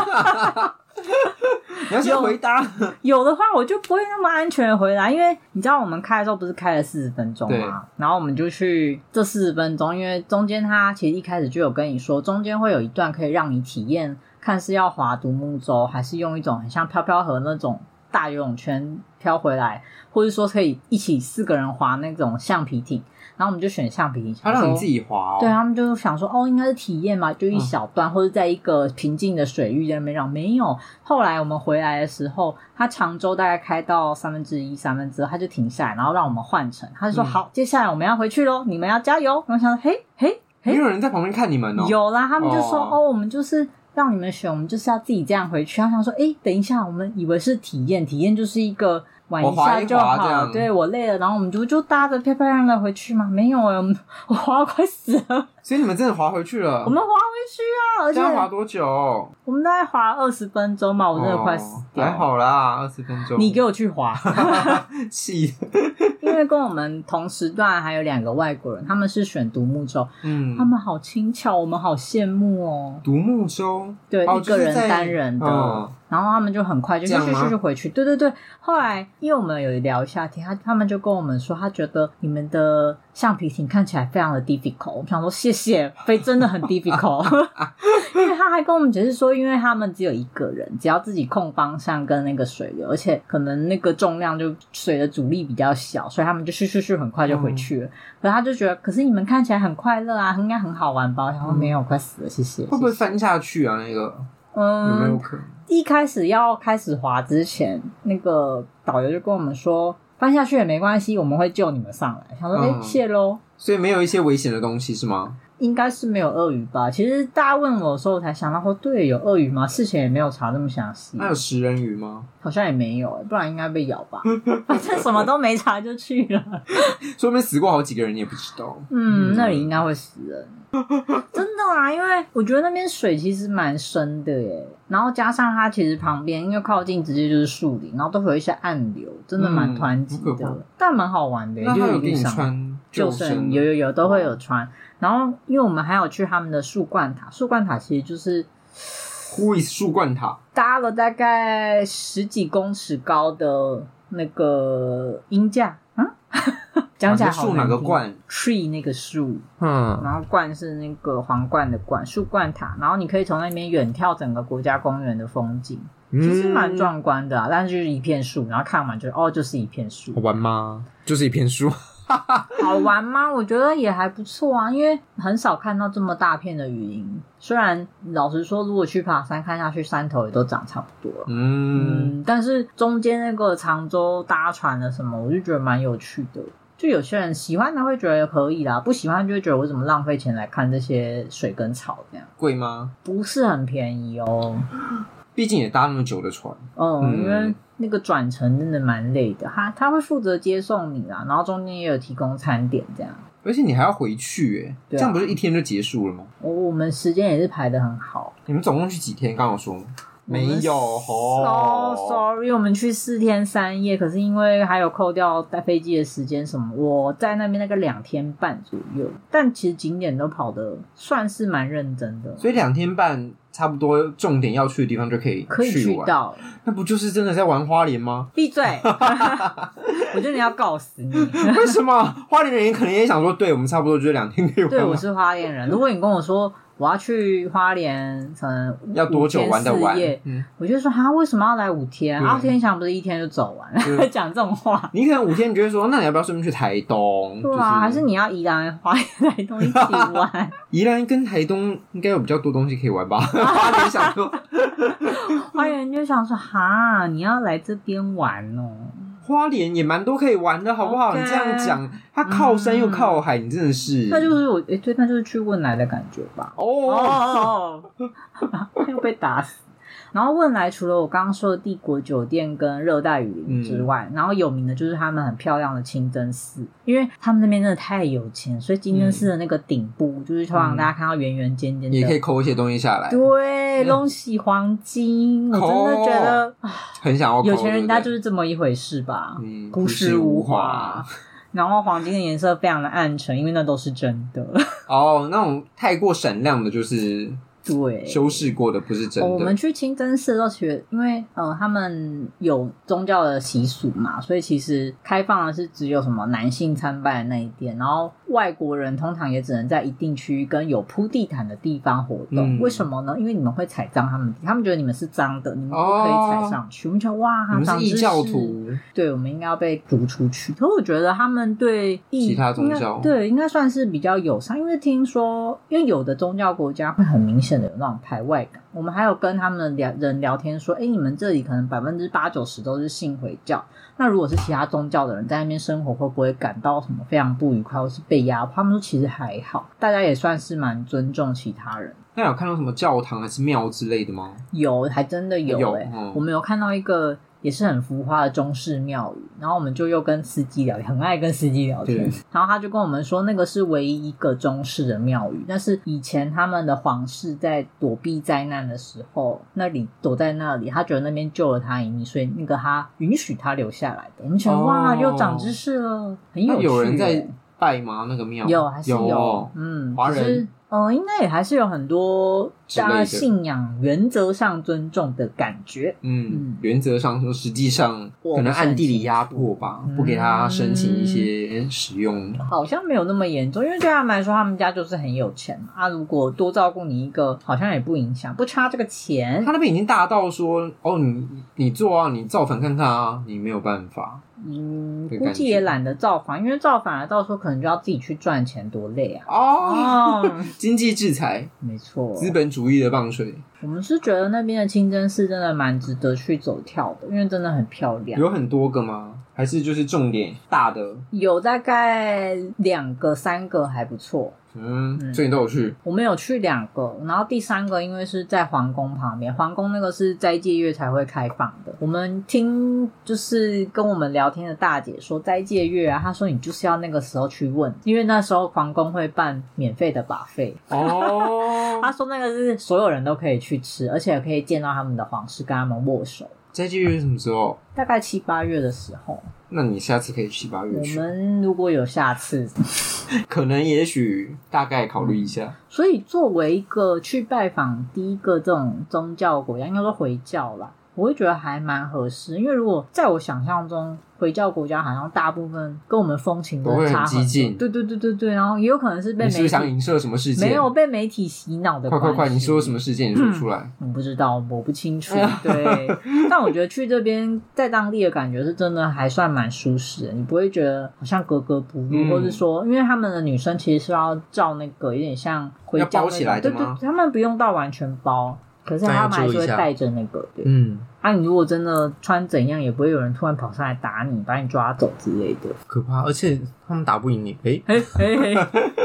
B: 你要先回答。
A: 有的话我就不会那么安全的回来，因为你知道我们开的时候不是开了40分钟吗？然后我们就去这40分钟，因为中间它其实一开始就有跟你说，中间会有一段可以让你体验看是要划独木舟，还是用一种很像飘飘河那种大游泳圈飘回来，或者说可以一起4个人划那种橡皮艇。然后我们就选橡皮艇，
B: 他让你自己滑
A: 对，他们就想说应该是体验嘛，就一小段，或者在一个平静的水域在那边绕。没有，后来我们回来的时候，他长舟大概开到1/3、2/3，他就停下来，然后让我们换乘。他就说好，接下来我们要回去咯，你们要加油。然后我想说嘿，
B: 没有人在旁边看你们哦。
A: 有啦，他们就说我们就是让你们选，我们就是要自己这样回去。他想说等一下，我们以为是体验就是一个玩一下就好，对，我累了，然后我们就搭着漂漂亮亮的回去嘛。没有我滑快死了。
B: 所以你们真的滑回去了？
A: 我们滑回去啊，而且
B: 这样滑多久？
A: 我们大概滑20分钟吧，我真的快死掉。
B: 还好啦，20分钟。
A: 你给我去滑。
B: 气。
A: 因为跟我们同时段还有2个外国人，他们是选独木舟，他们好轻巧，我们好羡慕哦。
B: 独木舟，
A: 对，一个人单人的，然后他们就很快就去回去。对，后来因为我们有聊一下天，他们就跟我们说，他觉得你们的橡皮艇看起来非常的 difficult。我想说谢谢，真的很 difficult。因为他还跟我们解释说，因为他们只有1个人，只要自己控方向跟那个水流，而且可能那个重量就水的阻力比较小，所以他们就咻很快就回去了。可是他就觉得，可是你们看起来很快乐啊，应该很好玩吧？我想说没有，快死了，谢谢。
B: 会不会翻下去啊？那个有没有可能？
A: 一开始要开始滑之前，那个导游就跟我们说，翻下去也没关系，我们会救你们上来。想说谢咯。
B: 所以没有一些危险的东西是吗？
A: 应该是没有鳄鱼吧。其实大家问我的时候，我才想到说，对，有鳄鱼吗？事前也没有查这么详细。
B: 那有食人鱼吗？
A: 好像也没有，不然应该被咬吧。反正什么都没查就去了。
B: 说明死过好几个人你也不知道。
A: 那里应该会死人。真的啊，因为我觉得那边水其实蛮深的耶，然后加上它其实旁边因为靠近直接就是树林，然后都会有一些暗流，真的蛮湍急的，但蛮好玩的耶。
B: 那他有
A: 给
B: 你穿
A: 救生？有都会有穿。然后因为我们还有去他们的树冠塔，树冠塔其实就是
B: Who is 树冠塔？
A: 搭了大概10几公尺高的那个鹰架。讲起来好难听。
B: 树哪个冠
A: ？tree 那个树，然后冠是那个皇冠的冠，树冠塔。然后你可以从那边远眺整个国家公园的风景，其实蛮壮观的啊。但是就是一片树，然后看完就是一片树。
B: 好玩吗？就是一片树。
A: 好玩吗？我觉得也还不错啊，因为很少看到这么大片的雨林。虽然老实说，如果去爬山看下去，山头也都长差不多了。但是中间那个长洲搭船的什么，我就觉得蛮有趣的。就有些人喜欢的会觉得可以啦，不喜欢就会觉得我怎么浪费钱来看这些水跟草这样。
B: 贵吗？
A: 不是很便宜哦。
B: 毕竟也搭那么久的船。
A: 因为那个转乘真的蛮累的，他会负责接送你啦，然后中间也有提供餐点这样。
B: 而且你还要回去耶，这样不是一天就结束了吗？
A: 我们时间也是排得很好。
B: 你们总共去几天？刚刚有说没有
A: 哦、so sorry， 我们去4天3夜，可是因为还有扣掉带飞机的时间什么，我在那边那个2天半左右，但其实景点都跑得算是蛮认真的，
B: 所以2天半差不多重点要去的地方就可以去
A: 到，
B: 那不就是真的在玩花莲吗？
A: 闭嘴！我觉得你要告死你。
B: 为什么？花莲人可能也想说，对我们差不多就是2天可以玩。
A: 对，我是花莲人。如果你跟我说我要去花莲，可能
B: 要多久玩得完？
A: 我就说为什么要来5天？5天想不是1天就走完？讲这种话，
B: 你可能5天，你就会说，那你要不要顺便去台东？
A: 对啊，还是你要宜兰、花莲、台东一起玩？
B: 宜兰跟台东应该有比较多东西可以玩吧？花莲想说，
A: 花莲就想说，你要来这边玩哦。
B: 花莲也蛮多可以玩的，好不好？ 你这样讲，它靠山又靠海，你真的是……
A: 那就是对，那就是去汶莱的感觉吧。又被打死。然后汶莱除了我刚刚说的帝国酒店跟热带雨林之外，然后有名的就是他们很漂亮的清真寺，因为他们那边真的太有钱，所以清真寺的那个顶部就是通常大家看到圆圆尖尖的，
B: 也可以抠一些东西下来。
A: 对，东西黄金，我真的觉得
B: 很想要抠。
A: 有钱人家就是这么一回事吧，朴实无华。然后黄金的颜色非常的暗沉，因为那都是真的。
B: 那种太过闪亮的就是对修饰过的，不是真的。
A: 我们去清真寺的时候，其实因为他们有宗教的习俗嘛，所以其实开放的是只有什么男性参拜的那一天，然后外国人通常也只能在一定区域跟有铺地毯的地方活动。为什么呢？因为你们会踩脏他们，他们觉得你们是脏的，你们不可以踩上去。我们觉得哇，
B: 你们是异教徒，
A: 对，我们应该要被逐出去。可是我觉得他们对
B: 其他宗教
A: 应该算是比较友善，因为听说因为有的宗教国家会很明显有那种排外感。我们还有跟他们的人聊天说，你们这里可能80%-90%都是信回教，那如果是其他宗教的人在那边生活，会不会感到什么非常不愉快或是被压迫？他们说其实还好，大家也算是蛮尊重其他人。
B: 那有看到什么教堂还是庙之类的吗？
A: 有，还真的有我们有看到一个也是很浮夸的中式庙宇，然后我们就又跟司机聊天，很爱跟司机聊天，然后他就跟我们说那个是唯一一个中式的庙宇，但是以前他们的皇室在躲避灾难的时候躲在那里，他觉得那边救了他一命，所以那个他允许他留下来的。我们觉得哇，又长知识了，很有趣。
B: 有人在拜吗？那个庙
A: 有还是有
B: 华人
A: 应该也还是有很多大家信仰原则上尊重的感觉。
B: 原则上说，实际上可能暗地里压迫吧，不给他申请一些使用。
A: 好像没有那么严重，因为对他们来说，他们家就是很有钱嘛。如果多照顾你一个，好像也不影响，不差这个钱。
B: 他那边已经大到说，你做啊，你造反看看啊，你没有办法。
A: 估计也懒得造反，因为造反了到时候可能就要自己去赚钱，多累
B: 啊！经济制裁，
A: 没错，
B: 资本主义的棒槌。
A: 我们是觉得那边的清真寺真的蛮值得去走跳的，因为真的很漂亮。
B: 有很多个吗？还是就是重点大的？
A: 有大概2个3个还不错。
B: 所以你都有去？
A: 我们有去2个，然后第3个因为是在皇宫旁边，皇宫那个是斋戒月才会开放的。我们听就是跟我们聊天的大姐说，斋戒月她说你就是要那个时候去问，因为那时候皇宫会办免费的 buffet。她说那个是所有人都可以去吃，而且可以见到他们的皇室，跟他们握手。
B: 斋戒月是什么时候？
A: 大概7、8月的时候。
B: 那你下次可以7、8月去。
A: 我们如果有下次
B: 可能也许大概考虑一下。
A: 所以作为一个去拜访第一个这种宗教国家，应该说回教啦，我会觉得还蛮合适。因为如果在我想象中，回教国家好像大部分跟我们风情都差很多，
B: 激进。
A: 对，然后也有可能是被媒体，
B: 你是不是想影射什么事件？
A: 没有被媒体洗脑的关系。
B: 快，你说什么事件？你说出来。
A: 我不知道，我不清楚。对，但我觉得去这边在当地的感觉是真的还算蛮舒适的，你不会觉得好像格格不入，或是说，因为他们的女生其实是要照那个有点像回教
B: 要包起来的吗？
A: 对，他们不用到完全包。可是他们还是会带着那个，对，你如果真的穿怎样，也不会有人突然跑上来打你，把你抓走之类的，
B: 可怕。而且他们打不赢你，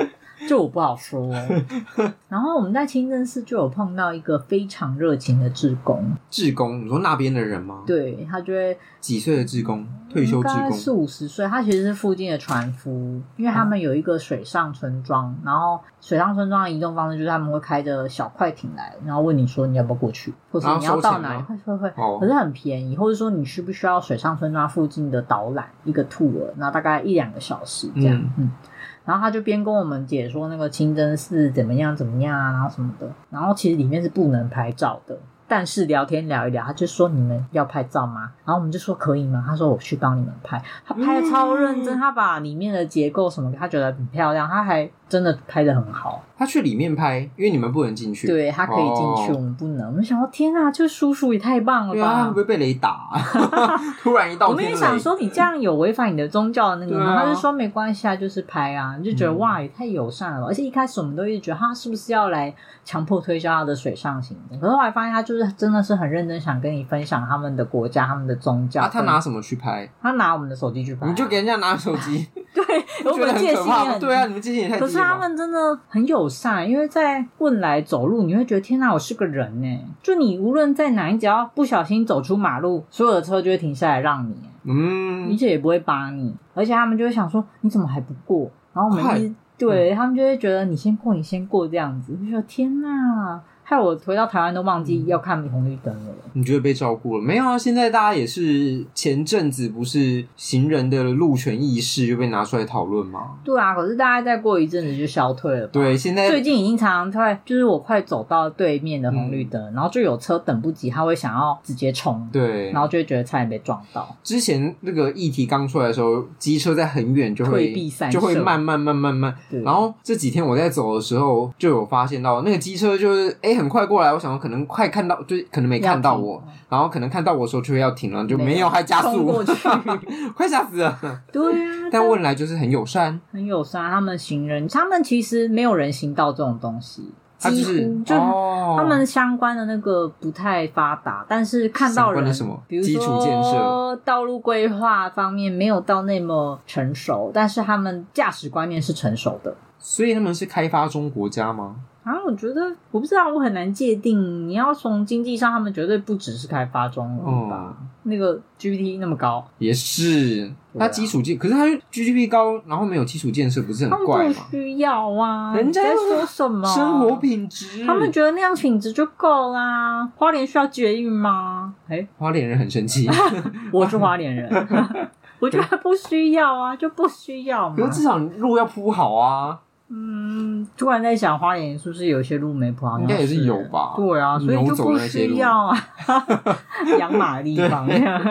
A: 就我不好说然后我们在清真寺就有碰到一个非常热情的志工。
B: 志工，你说那边的人吗？
A: 对，他就会
B: 几岁的志工？退休志工？
A: 应该40-50岁。他其实是附近的船夫，因为他们有一个水上村庄，然后水上村庄的移动方式就是他们会开着小快艇来，然后问你说你要不要过去，或者你要到哪里，会、可是很便宜，或者说你需不需要水上村庄附近的导览一个 tour， 然后大概1-2个小时这样。然后他就边跟我们解说那个清真寺怎么样啊，然后什么的，然后其实里面是不能拍照的，但是聊天聊一聊，他就说你们要拍照吗？然后我们就说可以吗？他说我去帮你们拍。他拍得超认真，他把里面的结构什么他觉得很漂亮，他还真的拍得很好。
B: 他去里面拍，因为你们不能进去。
A: 对，他可以进去，我们不能。我们想说天啊，这叔叔也太棒了吧。
B: 对啊，他会不会被雷打突然一道天雷。
A: 我们也想说你这样有违反你的宗教的那个吗？他就说没关系啊，就是拍啊。你就觉得哇也太友善了吧。而且一开始我们都一直觉得他是不是要来强迫推销他的水上行程，可是后来发现他就是真的是很认真想跟你分享他们的国家他们的宗教。
B: 他拿什么去拍？
A: 他拿我们的手机去拍。
B: 你就给人家拿手机
A: 对，我们戒心也很低。
B: 对啊，你们戒心也太低了。
A: 可是他们真的很友善，因为在汶莱走路你会觉得天哪，我是个人耶，就你无论在哪，你只要不小心走出马路，所有的车就会停下来让你而且也不会扒你，而且他们就会想说你怎么还不过，然后我们对他们就会觉得你先过这样子，就觉得天哪，害我回到台湾都忘记要看红绿灯了。
B: 你觉得被照顾了没有啊？现在大家也是前阵子不是行人的路权意识就被拿出来讨论吗？
A: 对啊，可是大概再过一阵子就消退了吧。
B: 对，现在
A: 最近已经常常就是我快走到对面的红绿灯，然后就有车等不及，他会想要直接冲，
B: 对，
A: 然后就会觉得差点被撞到。
B: 之前那个议题刚出来的时候，机车在很远就会慢，然后这几天我在走的时候就有发现到那个机车就是很快过来，我想说可能快看到，就是可能没看到我，然后可能看到我的时候就会要停了，就没有，还加速
A: 过去
B: 快吓死了。
A: 对啊，
B: 但汶莱就是很友善，
A: 他们行人，他们其实没有人行道这种东西，几乎就他们相关的那个不太发达，但是看到人
B: 什么
A: 比如说
B: 基础建设
A: 道路规划方面没有到那么成熟，但是他们驾驶观念是成熟的。
B: 所以他们是开发中国家吗？
A: 我觉得我不知道，我很难界定。你要从经济上，他们绝对不只是开发中而已吧？那个 GPT 那么高，
B: 也是它基础建，可是它 GDP 高，然后没有基础建设，不是很怪吗？
A: 他们不需要啊！
B: 人家
A: 在说什么
B: 生活品质？
A: 他们觉得那样品质就够啦。花莲需要捷运吗？
B: 花莲人很生气。
A: 我是花莲人。我觉得不需要啊，就不需要嘛。
B: 可是至少路要铺好啊。
A: 突然在想花莲是不是有些路没铺好？
B: 应该也是有吧。
A: 对啊，所以就不需要啊。养马的地方。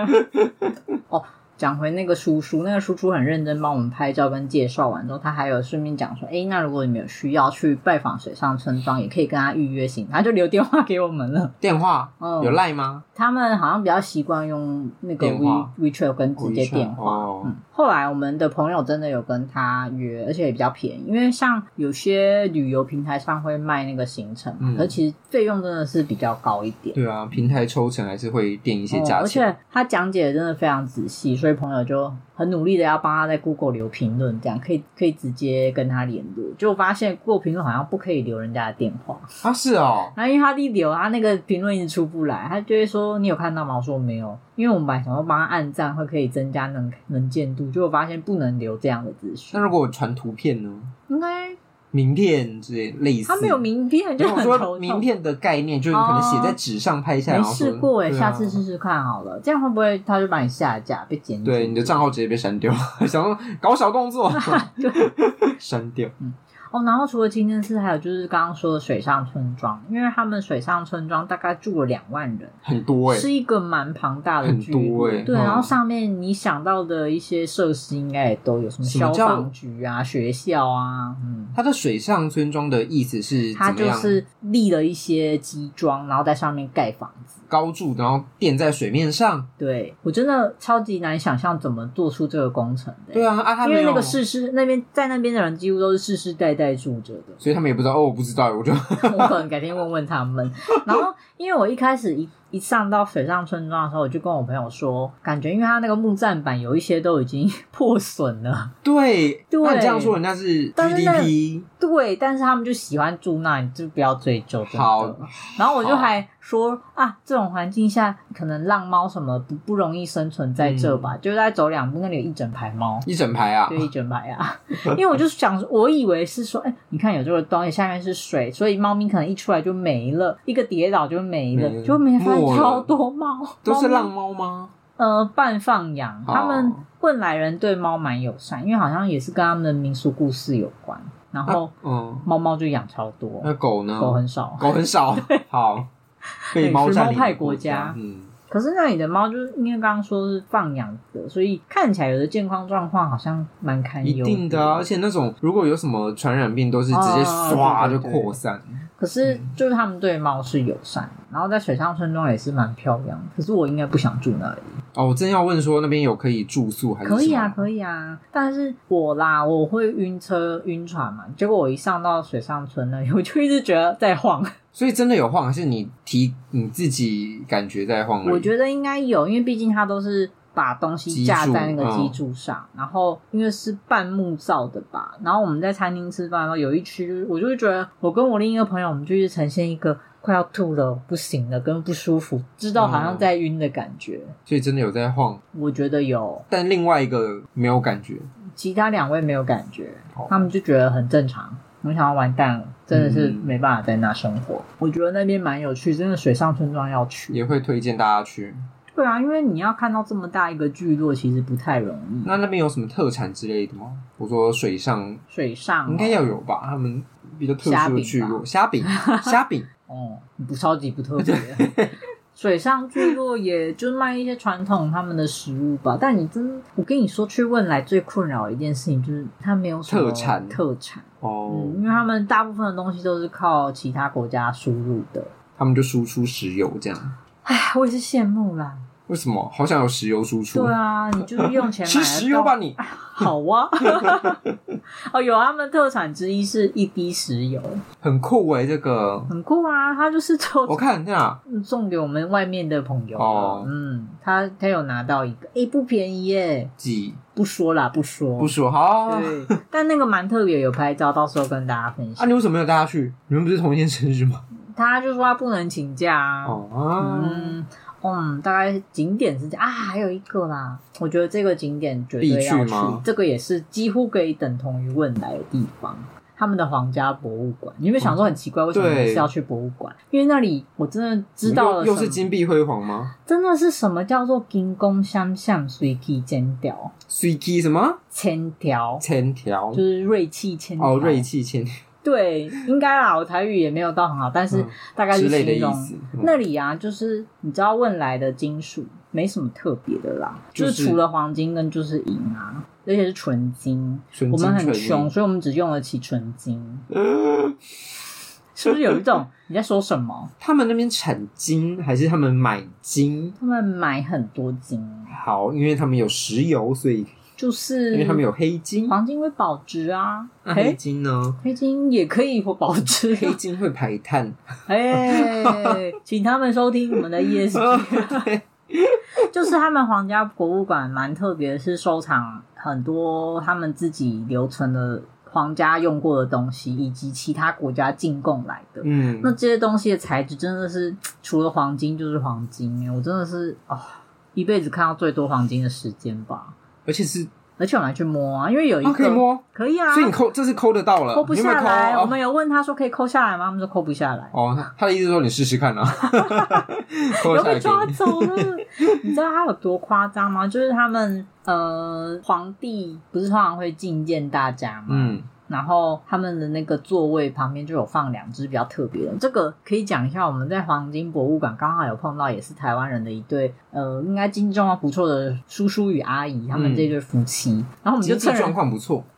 A: 讲回那个叔叔，那个叔叔很认真帮我们拍照跟介绍完之后，他还有顺便讲说那如果你们有需要去拜访水上村庄，也可以跟他预约行，他就留电话给我们了。
B: 电话有 LINE 吗？
A: 他们好像比较习惯用那个 WeChat 跟直接电话。后来我们的朋友真的有跟他约，而且也比较便宜，因为像有些旅游平台上会卖那个行程嘛，可是其实费用真的是比较高一点。
B: 对啊，平台抽成还是会垫一些价钱。
A: 而且他讲解的真的非常仔细，所以朋友就很努力的要帮他在 Google 留评论，这样可以直接跟他联络。就发现 Google 评论好像不可以留人家的电话
B: 啊，是哦。
A: 然后因为他一留，他那个评论一直出不来，他就会说你有看到吗？我说没有，因为我们本来想说帮他按赞会可以增加能见度，结果发现不能留这样的资讯。
B: 那如果我传图片呢？
A: 应该
B: 名片之类类似，
A: 他没有名片就很头痛。
B: 说名片的概念就是你可能写在纸上拍下来，
A: 没试过下次试试看好了，这样会不会他就把你下架被检举？
B: 对，你的账号直接被删掉，想说搞小动作，删掉。
A: 然后除了清真寺，还有就是刚刚说的水上村庄，因为他们水上村庄大概住了2万人，
B: 很多
A: 是一个蛮庞大的聚落。对，然后上面你想到的一些设施应该也都有，什么消防局啊、学校啊。
B: 它的水上村庄的意思是怎么样？它
A: 就是立了一些基桩，然后在上面盖房子，
B: 高筑，然后垫在水面上。
A: 对，我真的超级难想象怎么做出这个工程的。
B: 对啊，
A: 因为那个那边在那边的人几乎都是世世代代住着的，
B: 所以他们也不知道。我不知道，我可
A: 能改天问问他们。然后因为我一开始一上到水上村庄的时候，我就跟我朋友说，感觉因为它那个木栈板有一些都已经破损了。
B: 对，那你这样说人家是 GDP，
A: 对，但是他们就喜欢住那里，就不要追究。
B: 好，
A: 然后我就还说啊，这种环境下可能浪猫什么不容易生存在这吧，就在走2步那里有一整排猫，
B: 一整排啊，
A: 对，一整排啊。因为我就想，我以为是说，你看有这个东西，下面是水，所以猫咪可能一出来就没了，一个跌倒就没了，就没发现超多猫，
B: 都是浪猫吗？
A: 半放养，他们汶莱人对猫蛮友善，因为好像也是跟他们的民俗故事有关。然后，猫猫就养超多。
B: 那狗呢？
A: 狗很少，
B: 狗很少。好，被猫占领的
A: 派国家。可是那里的猫就是因为刚刚说是放养的，所以看起来有的健康状况好像蛮堪忧的。
B: 一定的啊，而且那种如果有什么传染病，都是直接唰就扩散。
A: 可是就是他们对猫是友善，然后在水上村庄也是蛮漂亮的。可是我应该不想住那里。
B: 我真要问说那边有可以住宿还是什么？
A: 可以啊，可以啊。但是我会晕车晕船嘛，结果我一上到水上村那里，我就一直觉得在晃。
B: 所以真的有晃，还是你自己感觉在晃而已？
A: 我觉得应该有，因为毕竟它都是把东西架在那个基柱上，然后因为是半木造的吧，然后我们在餐厅吃饭的时候有一区，我就会觉得我跟我另一个朋友，我们就是呈现一个快要吐了不行了跟不舒服，知道好像在晕的感觉。
B: 所以真的有在晃？
A: 我觉得有，
B: 但另外一个没有感觉，
A: 其他2位没有感觉，他们就觉得很正常。我想要完蛋了，真的是没办法在那生活。我觉得那边蛮有趣，真的水上村庄要去，
B: 也会推荐大家去。
A: 对啊，因为你要看到这么大一个聚落，其实不太容易。
B: 那边有什么特产之类的吗？我说水上应该要有吧，他们比较特殊的聚落，虾饼
A: 不超级不特别。水上聚落也就卖一些传统他们的食物吧，但我跟你说，去汶莱最困扰的一件事情就是它没有什么特产因为他们大部分的东西都是靠其他国家输入的，
B: 他们就输出石油这样。
A: 我也是羡慕啦。
B: 为什么？好想有石油输出。
A: 对啊，你就是用钱买
B: 吃石油吧你。
A: 好啊。有他们特产之一是一滴石油，
B: 很酷这个
A: 很酷啊！他就是
B: 我看一下
A: 送给我们外面的朋友他有拿到一个不便宜耶，
B: 几
A: 不说
B: 好。
A: 对，但那个蛮特别，有拍照，到时候跟大家分享。
B: 你为什么没有带他去？你们不是同一天生日吗？
A: 他就说他不能请假大概景点是这样还有一个啦，我觉得这个景点绝对要去，这个也是几乎可以等同于汶莱的地方，他们的皇家博物馆。你有没有想说很奇怪，为什么是要去博物馆？因为那里我真的知道了，
B: 又是金碧辉煌吗？
A: 真的是什么叫做金光相向，水气千条，
B: 水气什么？
A: 千条，就是锐气千条。
B: 锐气千条。
A: 对，应该啦，我台语也没有到很好，但是大概是形容那里啊，就是你知道汶莱的金属没什么特别的啦，就是除了黄金跟就是银啊，而且是纯金。我们很穷，所以我们只用得起纯金。是不是有一种你在说什么？
B: 他们那边产金还是他们买金？
A: 他们买很多金。
B: 好，因为他们有石油，所以因为他们有黑金，
A: 黄金会保值啊。
B: 那黑金呢？
A: 黑金也可以保值，
B: 黑金会排碳。
A: 请他们收听我们的 ESG。就是他们皇家博物馆蛮特别的，是收藏很多他们自己留存的皇家用过的东西，以及其他国家进贡来的。那这些东西的材质真的是除了黄金就是黄金，我真的是一辈子看到最多黄金的时间吧。而且我们还去摸啊，因为有一个
B: 可以摸，
A: 可以啊。
B: 所以你这次抠得到了，
A: 抠不下来。我们有问他说可以抠下来吗？他们说抠不下来。
B: 他的意思说你试试看啊。
A: 有被抓走了。你知道他有多夸张吗？就是他们皇帝不是通常会觐见大家吗？然后他们的那个座位旁边就有放2只比较特别的，这个可以讲一下。我们在黄金博物馆刚好有碰到，也是台湾人的一对应该经济状况不错的叔叔与阿姨，他们这对夫妻。然后我们就
B: 经济状况不错，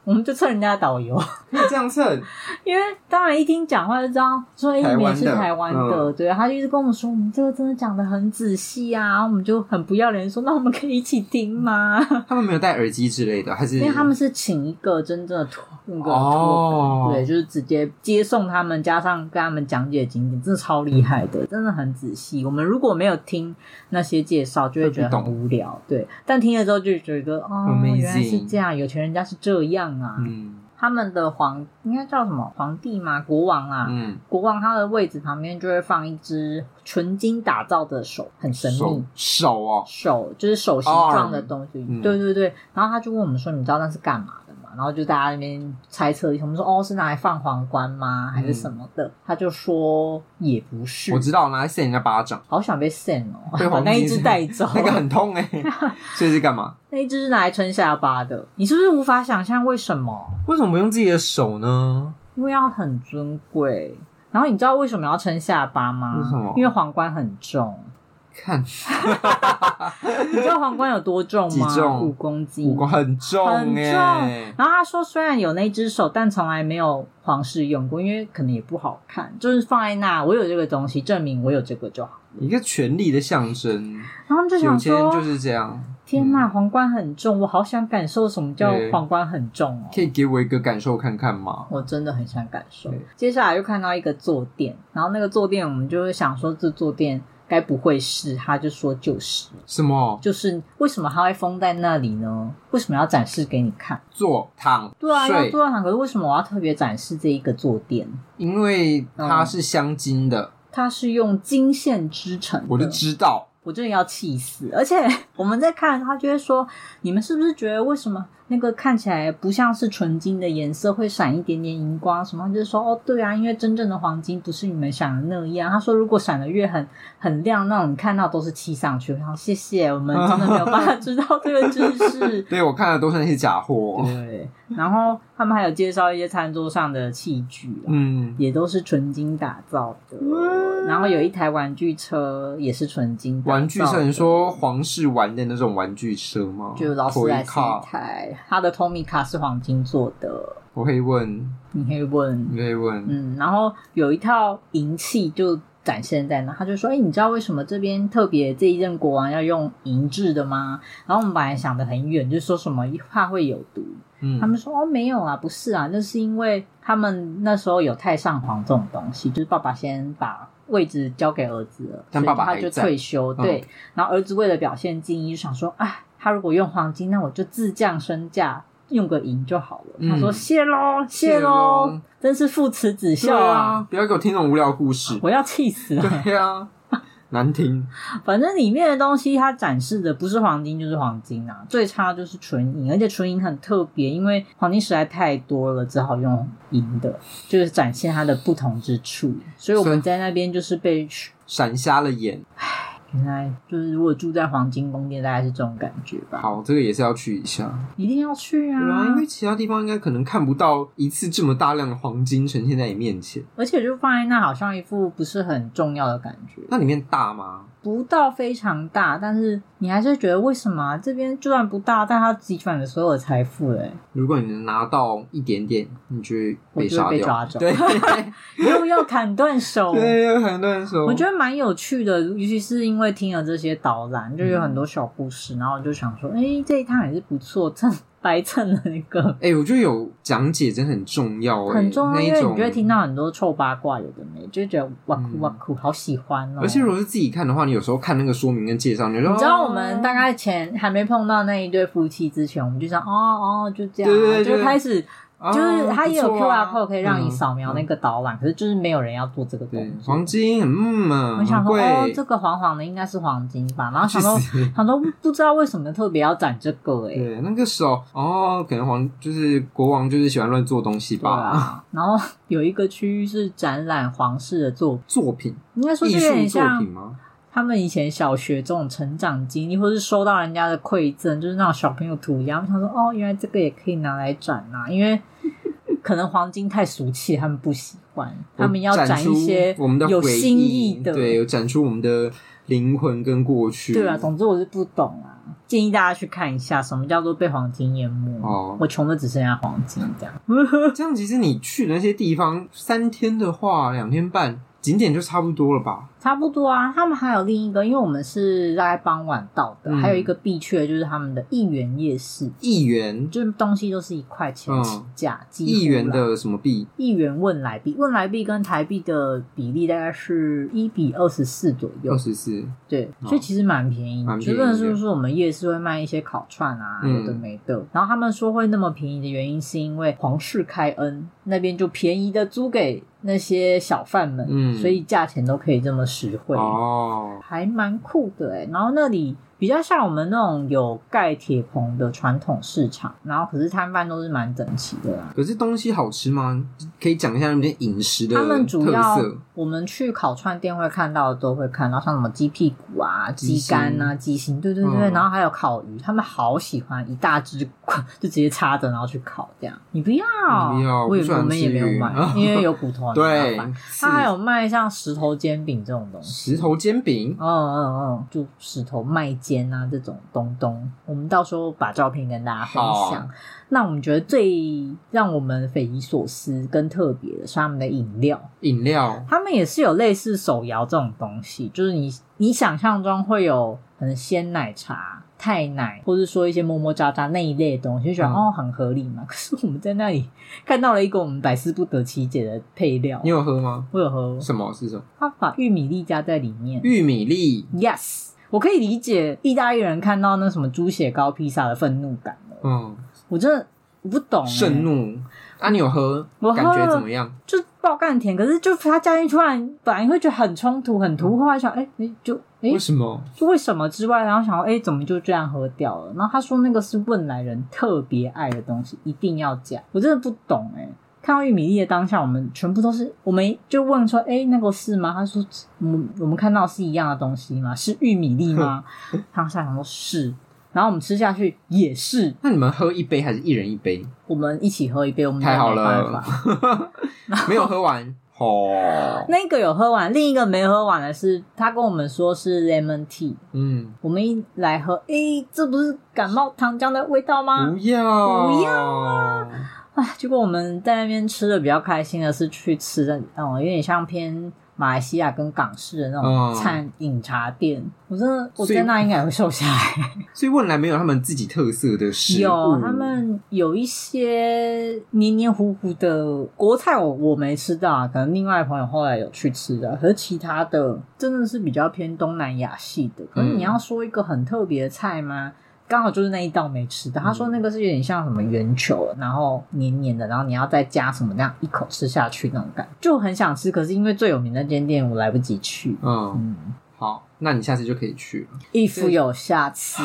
A: 我们就蹭人家的导游。
B: 可以这样蹭？
A: 因为当然一听讲话就知道说你们是台湾的，对，他就一直跟我们说我们这个真的讲得很仔细啊，然后我们就很不要脸说那我们可以一起听吗？
B: 他们没有戴耳机之类的，还是
A: 因为他们是请一个真正的托对，就是直接接送他们，加上跟他们讲解景点，真的超厉害的，真的很仔细。我们如果没有听那些介绍，就会觉得很无聊，对。但听了之后就觉得原来是这样，有钱人家是这样啊。他们的应该叫什么皇帝吗？国王啊，国王他的位置旁边就会放一只纯金打造的手，很神秘。手就是手形状的东西，对对对。然后他就问我们说：“你知道那是干嘛的吗？”然后就大家那边猜测，我们说：“是拿来放皇冠吗？还是什么的？”他就说：“也不是。”
B: 我知道，拿来扇人家巴掌。
A: 好想被扇哦！把那一只带走，
B: 那个很痛所以是干嘛？
A: 那一只是拿来撑下巴的。你是不是无法想象为什么？
B: 为什么不用自己的手呢？
A: 因为要很尊贵。然后你知道为什么要撑下巴吗？
B: 为什么？
A: 因为皇冠很重。
B: 看
A: 你知道皇冠有多重吗？
B: 几重
A: ？5公斤，
B: 很重
A: 然后他说虽然有那只手，但从来没有皇室用过，因为可能也不好看，就是放在那，我有这个东西证明我有这个就好，
B: 一个权力的象征。
A: 然后就想说
B: 有钱就是这样。
A: 天哪，皇冠很重，我好想感受什么叫皇冠很重哦！
B: 可以给我一个感受看看吗？
A: 我真的很想感受。接下来又看到一个坐垫，然后那个坐垫我们就会想说这坐垫该不会是，他就说就是
B: 什么？
A: 就是为什么他会封在那里呢？为什么要展示给你看？
B: 坐躺
A: 对啊，要坐躺，可是为什么我要特别展示这一个坐垫？
B: 因为它是镶金的，
A: 它是用金线织成的。
B: 我就知道。
A: 我真的要气死！而且我们在看，他就会说：“你们是不是觉得为什么那个看起来不像是纯金的颜色，会闪一点点荧光什么？”就是说：“哦，对啊，因为真正的黄金不是你们想的那样。”他说：“如果闪的越很亮，那种你看到都是漆上去。”然后谢谢，我们真的没有办法知道这个知识。
B: 对，我看的都是那些假货。
A: 对，然后他们还有介绍一些餐桌上的器具，也都是纯金打造的。然后有一台玩具车也是纯金打造的。
B: 玩具车，你说皇室玩的那种玩具车吗？
A: 就劳斯莱斯一台，他的 Tomica 是黄金做的。
B: 我可以问，
A: 你可以问，然后有一套银器就展现在那，他就说：“你知道为什么这边特别这一任国王要用银制的吗？”然后我们本来想得很远，就说什么怕会有毒。他们说：“没有啊，不是啊，那是因为他们那时候有太上皇这种东西，就是爸爸先把位置交给儿子了，
B: 但爸爸
A: 所以他就退休。对，然后儿子为了表现敬意，就想说：他如果用黄金，那我就自降身价，用个银就好了。他说：谢咯，谢咯，真是父慈子孝啊！
B: 不要给我听那种无聊的故事，
A: 我要气死了。
B: 对啊。难听，
A: 反正里面的东西它展示的不是黄金就是黄金啊，最差就是纯银，而且纯银很特别，因为黄金实在太多了，只好用银的，就是展现它的不同之处。所以我们在那边就是被
B: 闪瞎了眼。
A: 原来就是如果住在黄金宫殿大概是这种感觉吧。
B: 好，这个也是要去一下，
A: 一定要去啊。
B: 对啊，因为其他地方应该可能看不到一次这么大量的黄金呈现在你面前，
A: 而且就放在那好像一副不是很重要的感觉。
B: 那里面大吗？
A: 不到非常大，但是你还是觉得为什么这边就算不大，但它集团的所有的财富
B: 如果你能拿到一点点，你就会被杀掉，
A: 被抓走，
B: 对，
A: 又要砍断手，
B: 对，要砍断手。
A: 我觉得蛮有趣的，尤其是因为听了这些导览，就有很多小故事，然后我就想说，这一趟也是不错，白蹭了那个。
B: 我觉得有讲解真的很重要，
A: 很重要，因为你就会听到很多臭八卦，有的没，就觉得哇酷哇酷，好喜欢哦。
B: 而且如果是自己看的话，你有时候看那个说明跟介绍，你知道
A: 我们大概还没碰到那一对夫妻之前，我们就想就这样，
B: 对，
A: 就开始。就是它也有 QR code 可以让你
B: 扫
A: 扫描那个导览，可是就是没有人要做这个动作。
B: 黄金，
A: 我想说这个黄黄的应该是黄金吧，然后想说不知道为什么特别要展这个
B: 对，那个手可能就是国王就是喜欢乱做东西吧。
A: 对啊，然后有一个区域是展览皇室的
B: 作品，
A: 应该说就有点像
B: 艺术作品吗？
A: 他们以前小学这种成长经历，或是收到人家的馈赠，就是那种小朋友涂鸦，我想说原来这个也可以拿来展啊，因为可能黄金太俗气，他们不喜欢，他们要展一些有新意的，
B: 对，有展出我们的灵魂跟过去。
A: 对啊，总之我是不懂啊。 建议大家去看一下什么叫做被黄金淹没。我穷的只剩下黄金这样。
B: 这样其实你去的那些地方3天的话2天半景点就差不多了吧？
A: 差不多啊，他们还有另一个，因为我们是大概傍晚到的，还有一个必去的就是他们的1元夜市。1
B: 元
A: 就是东西都是1块钱起价。
B: 1元的什么币
A: ？1元汶莱币，汶莱币跟台币的比例大概是1:24左右。
B: 24，
A: 对，所以其实蛮便宜的。就真的是说我们夜市会卖一些烤串啊，有的没的。然后他们说会那么便宜的原因是因为皇室开恩，那边就便宜的租给那些小贩们，所以价钱都可以这么实惠还蛮酷的然后那里比较像我们那种有盖铁棚的传统市场，然后可是摊贩都是蛮整齐的啦。
B: 可是东西好吃吗？可以讲一下那边饮食的特色。他们主要
A: 我们去烤串店会看到的都会看到，像什么鸡屁股啊、鸡肝啊、鸡心，对对对，然后还有烤鱼，他们好喜欢一大只就直接插着然后去烤这样。你不要，我们也没有买，因为有骨头。对，他还有卖像石头煎饼这种东西。
B: 石头煎饼？
A: 就石头麦煎啊这种东东，我们到时候把照片跟大家分享。那我们觉得最让我们匪夷所思跟特别的是他们的饮料，他们也是有类似手摇这种东西，就是你想象中会有可能鲜奶茶、泰奶，或是说一些么么喳喳那一类的东西，就觉得很合理嘛。可是我们在那里看到了一个我们百思不得其解的配料。
B: 你有喝吗？
A: 我有喝。
B: 什么是什么？
A: 他把玉米粒加在里面。
B: 玉米粒
A: Yes， 我可以理解意大利人看到那什么猪血糕披萨的愤怒感我真的不懂
B: 盛怒你有喝？我感觉怎么样？
A: 就爆干甜，可是就它加进去突然本来会觉得很冲突很突兀，后来想
B: 为什么？就
A: 为什么之外，然后想说怎么就这样喝掉了？然后他说那个是汶莱人特别爱的东西，一定要加。我真的不懂看到玉米粒的当下，我们全部都是，我们就问说那个是吗？他说我们看到是一样的东西吗？是玉米粒吗？当下想说是，然后我们吃下去也是。
B: 那你们喝一杯还是一人一杯？
A: 我们一起喝一杯，我们
B: 太好了没有喝完
A: 那个有喝完，另一个没喝完的是他跟我们说是 lemon tea。我们一来喝这不是感冒糖浆的味道吗？
B: 不要
A: 啊结果我们在那边吃的比较开心的是去吃的有点像偏马来西亚跟港式的那种餐饮茶店。我在那应该也会瘦下来
B: 所以汶莱没有他们自己特色的食物？
A: 有，他们有一些黏黏糊糊的国菜我没吃到可能另外的朋友后来有去吃的，可是其他的真的是比较偏东南亚系的。可是你要说一个很特别的菜吗？刚好就是那一道没吃的。他说那个是有点像什么圆球，然后黏黏的，然后你要再加什么，这样一口吃下去那种感觉，就很想吃。可是因为最有名的那间店我来不及去。
B: 好，那你下次就可以去了。
A: if 有下次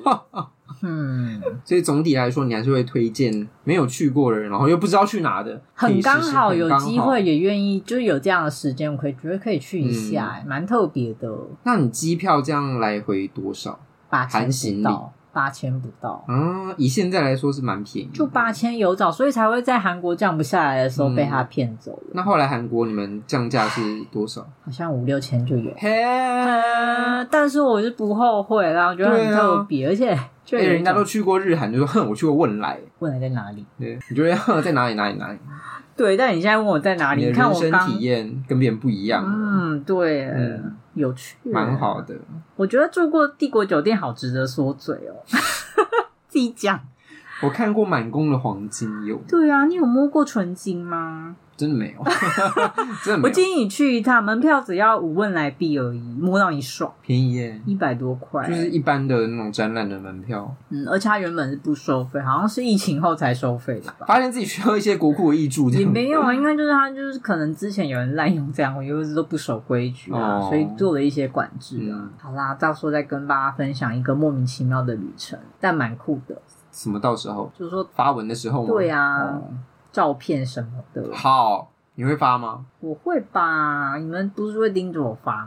B: 所以总体来说你还是会推荐没有去过的人，然后又不知道去哪的，
A: 很刚好有机会也愿意就是有这样的时间，我觉得可以去一下蛮特别的。
B: 那你机票这样来回多少？8000含行李
A: ？8000不到
B: 以现在来说是蛮便宜的，
A: 就8000有找，所以才会在韩国降不下来的时候被他骗走了。
B: 那后来韩国你们降价是多少？
A: 好像5-6千就有但是我是不后悔啦，我觉得很特别而且
B: 人家都去过日韩就说我去过汶莱
A: 在哪里？
B: 对，你觉得在哪里
A: 对，但你现在问我在哪里，
B: 你的人生体验跟别人不一样
A: 对有趣
B: 蛮好的。
A: 我觉得住过帝国酒店好值得说嘴自己讲。
B: 我看过满宫的黄金有。
A: 对啊，你有摸过纯金吗？
B: 真的没有真的没有。
A: 我建议你去一趟，门票只要5汶莱币而已，摸到你爽，
B: 便宜耶
A: ，100多块，
B: 就是一般的那种展览的门票。
A: 而且它原本是不收费，好像是疫情后才收费的吧。
B: 发现自己需要一些国库的挹注，
A: 也没有啊，应该就是它就是可能之前有人滥用这样，我又是都不守规矩所以做了一些管制好啦，到时候再跟大家分享一个莫名其妙的旅程，但蛮酷的。
B: 什么到时候？就是
A: 说
B: 发文的时候吗？
A: 对啊照片什么的。
B: 好，你会发吗？
A: 我会吧，你们不是会盯着我发吗？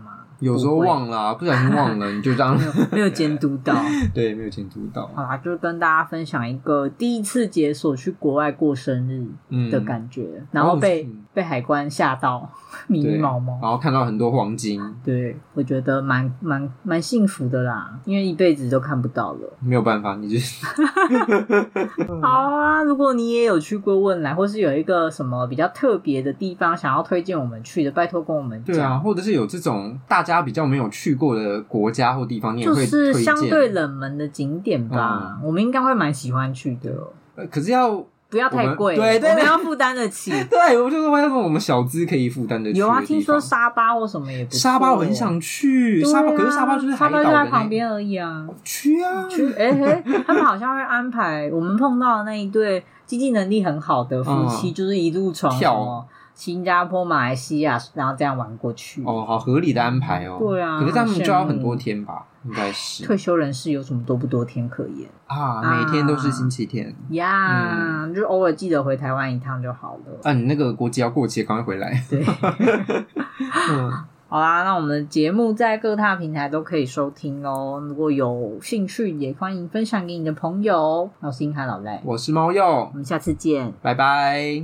B: 有时候忘了不小心忘了，你就这样
A: 没有监督到。
B: 对，没有监督到。
A: 好啦，就是跟大家分享一个第一次解锁去国外过生日的感觉，然后被海关吓到迷迷毛毛，
B: 然后看到很多黄金。
A: 对，我觉得蛮幸福的啦，因为一辈子都看不到了。
B: 没有办法，你就是
A: 好啊，如果你也有去过汶莱，或是有一个什么比较特别的地方想要推荐我们去的，拜托跟我们讲。
B: 对啊，或者是有这种大家比较没有去过的国家或地方，你也会推荐，
A: 就是相对冷门的景点吧，我们应该会蛮喜欢去的。
B: 可是不
A: 要太贵，
B: 对，
A: 我们要负担得起。
B: 对，我就是那种我们小资可以负担得起。
A: 有啊，听说沙巴或什么也不错。
B: 沙巴我很想去，可是沙巴就是海岛的，
A: 沙巴就在旁边而已啊。
B: 去啊，
A: 他们好像会安排我们碰到的那一对经济能力很好的夫妻，就是一路从什么新加坡、马来西亚，然后这样玩过去。
B: 好合理的安排哦。
A: 对啊，
B: 可是他们就要很多天吧？应该是
A: 退休人士有什么多不多天可言
B: 啊？每天都是星期天
A: 呀，就偶尔记得回台湾一趟就好了。
B: 你那个国籍要过期，赶快回来。
A: 对，好啦，那我们的节目在各大平台都可以收听哦。如果有兴趣，也欢迎分享给你的朋友。我是硬汉老赖，
B: 我是猫鼬，
A: 我们下次见，
B: 拜拜。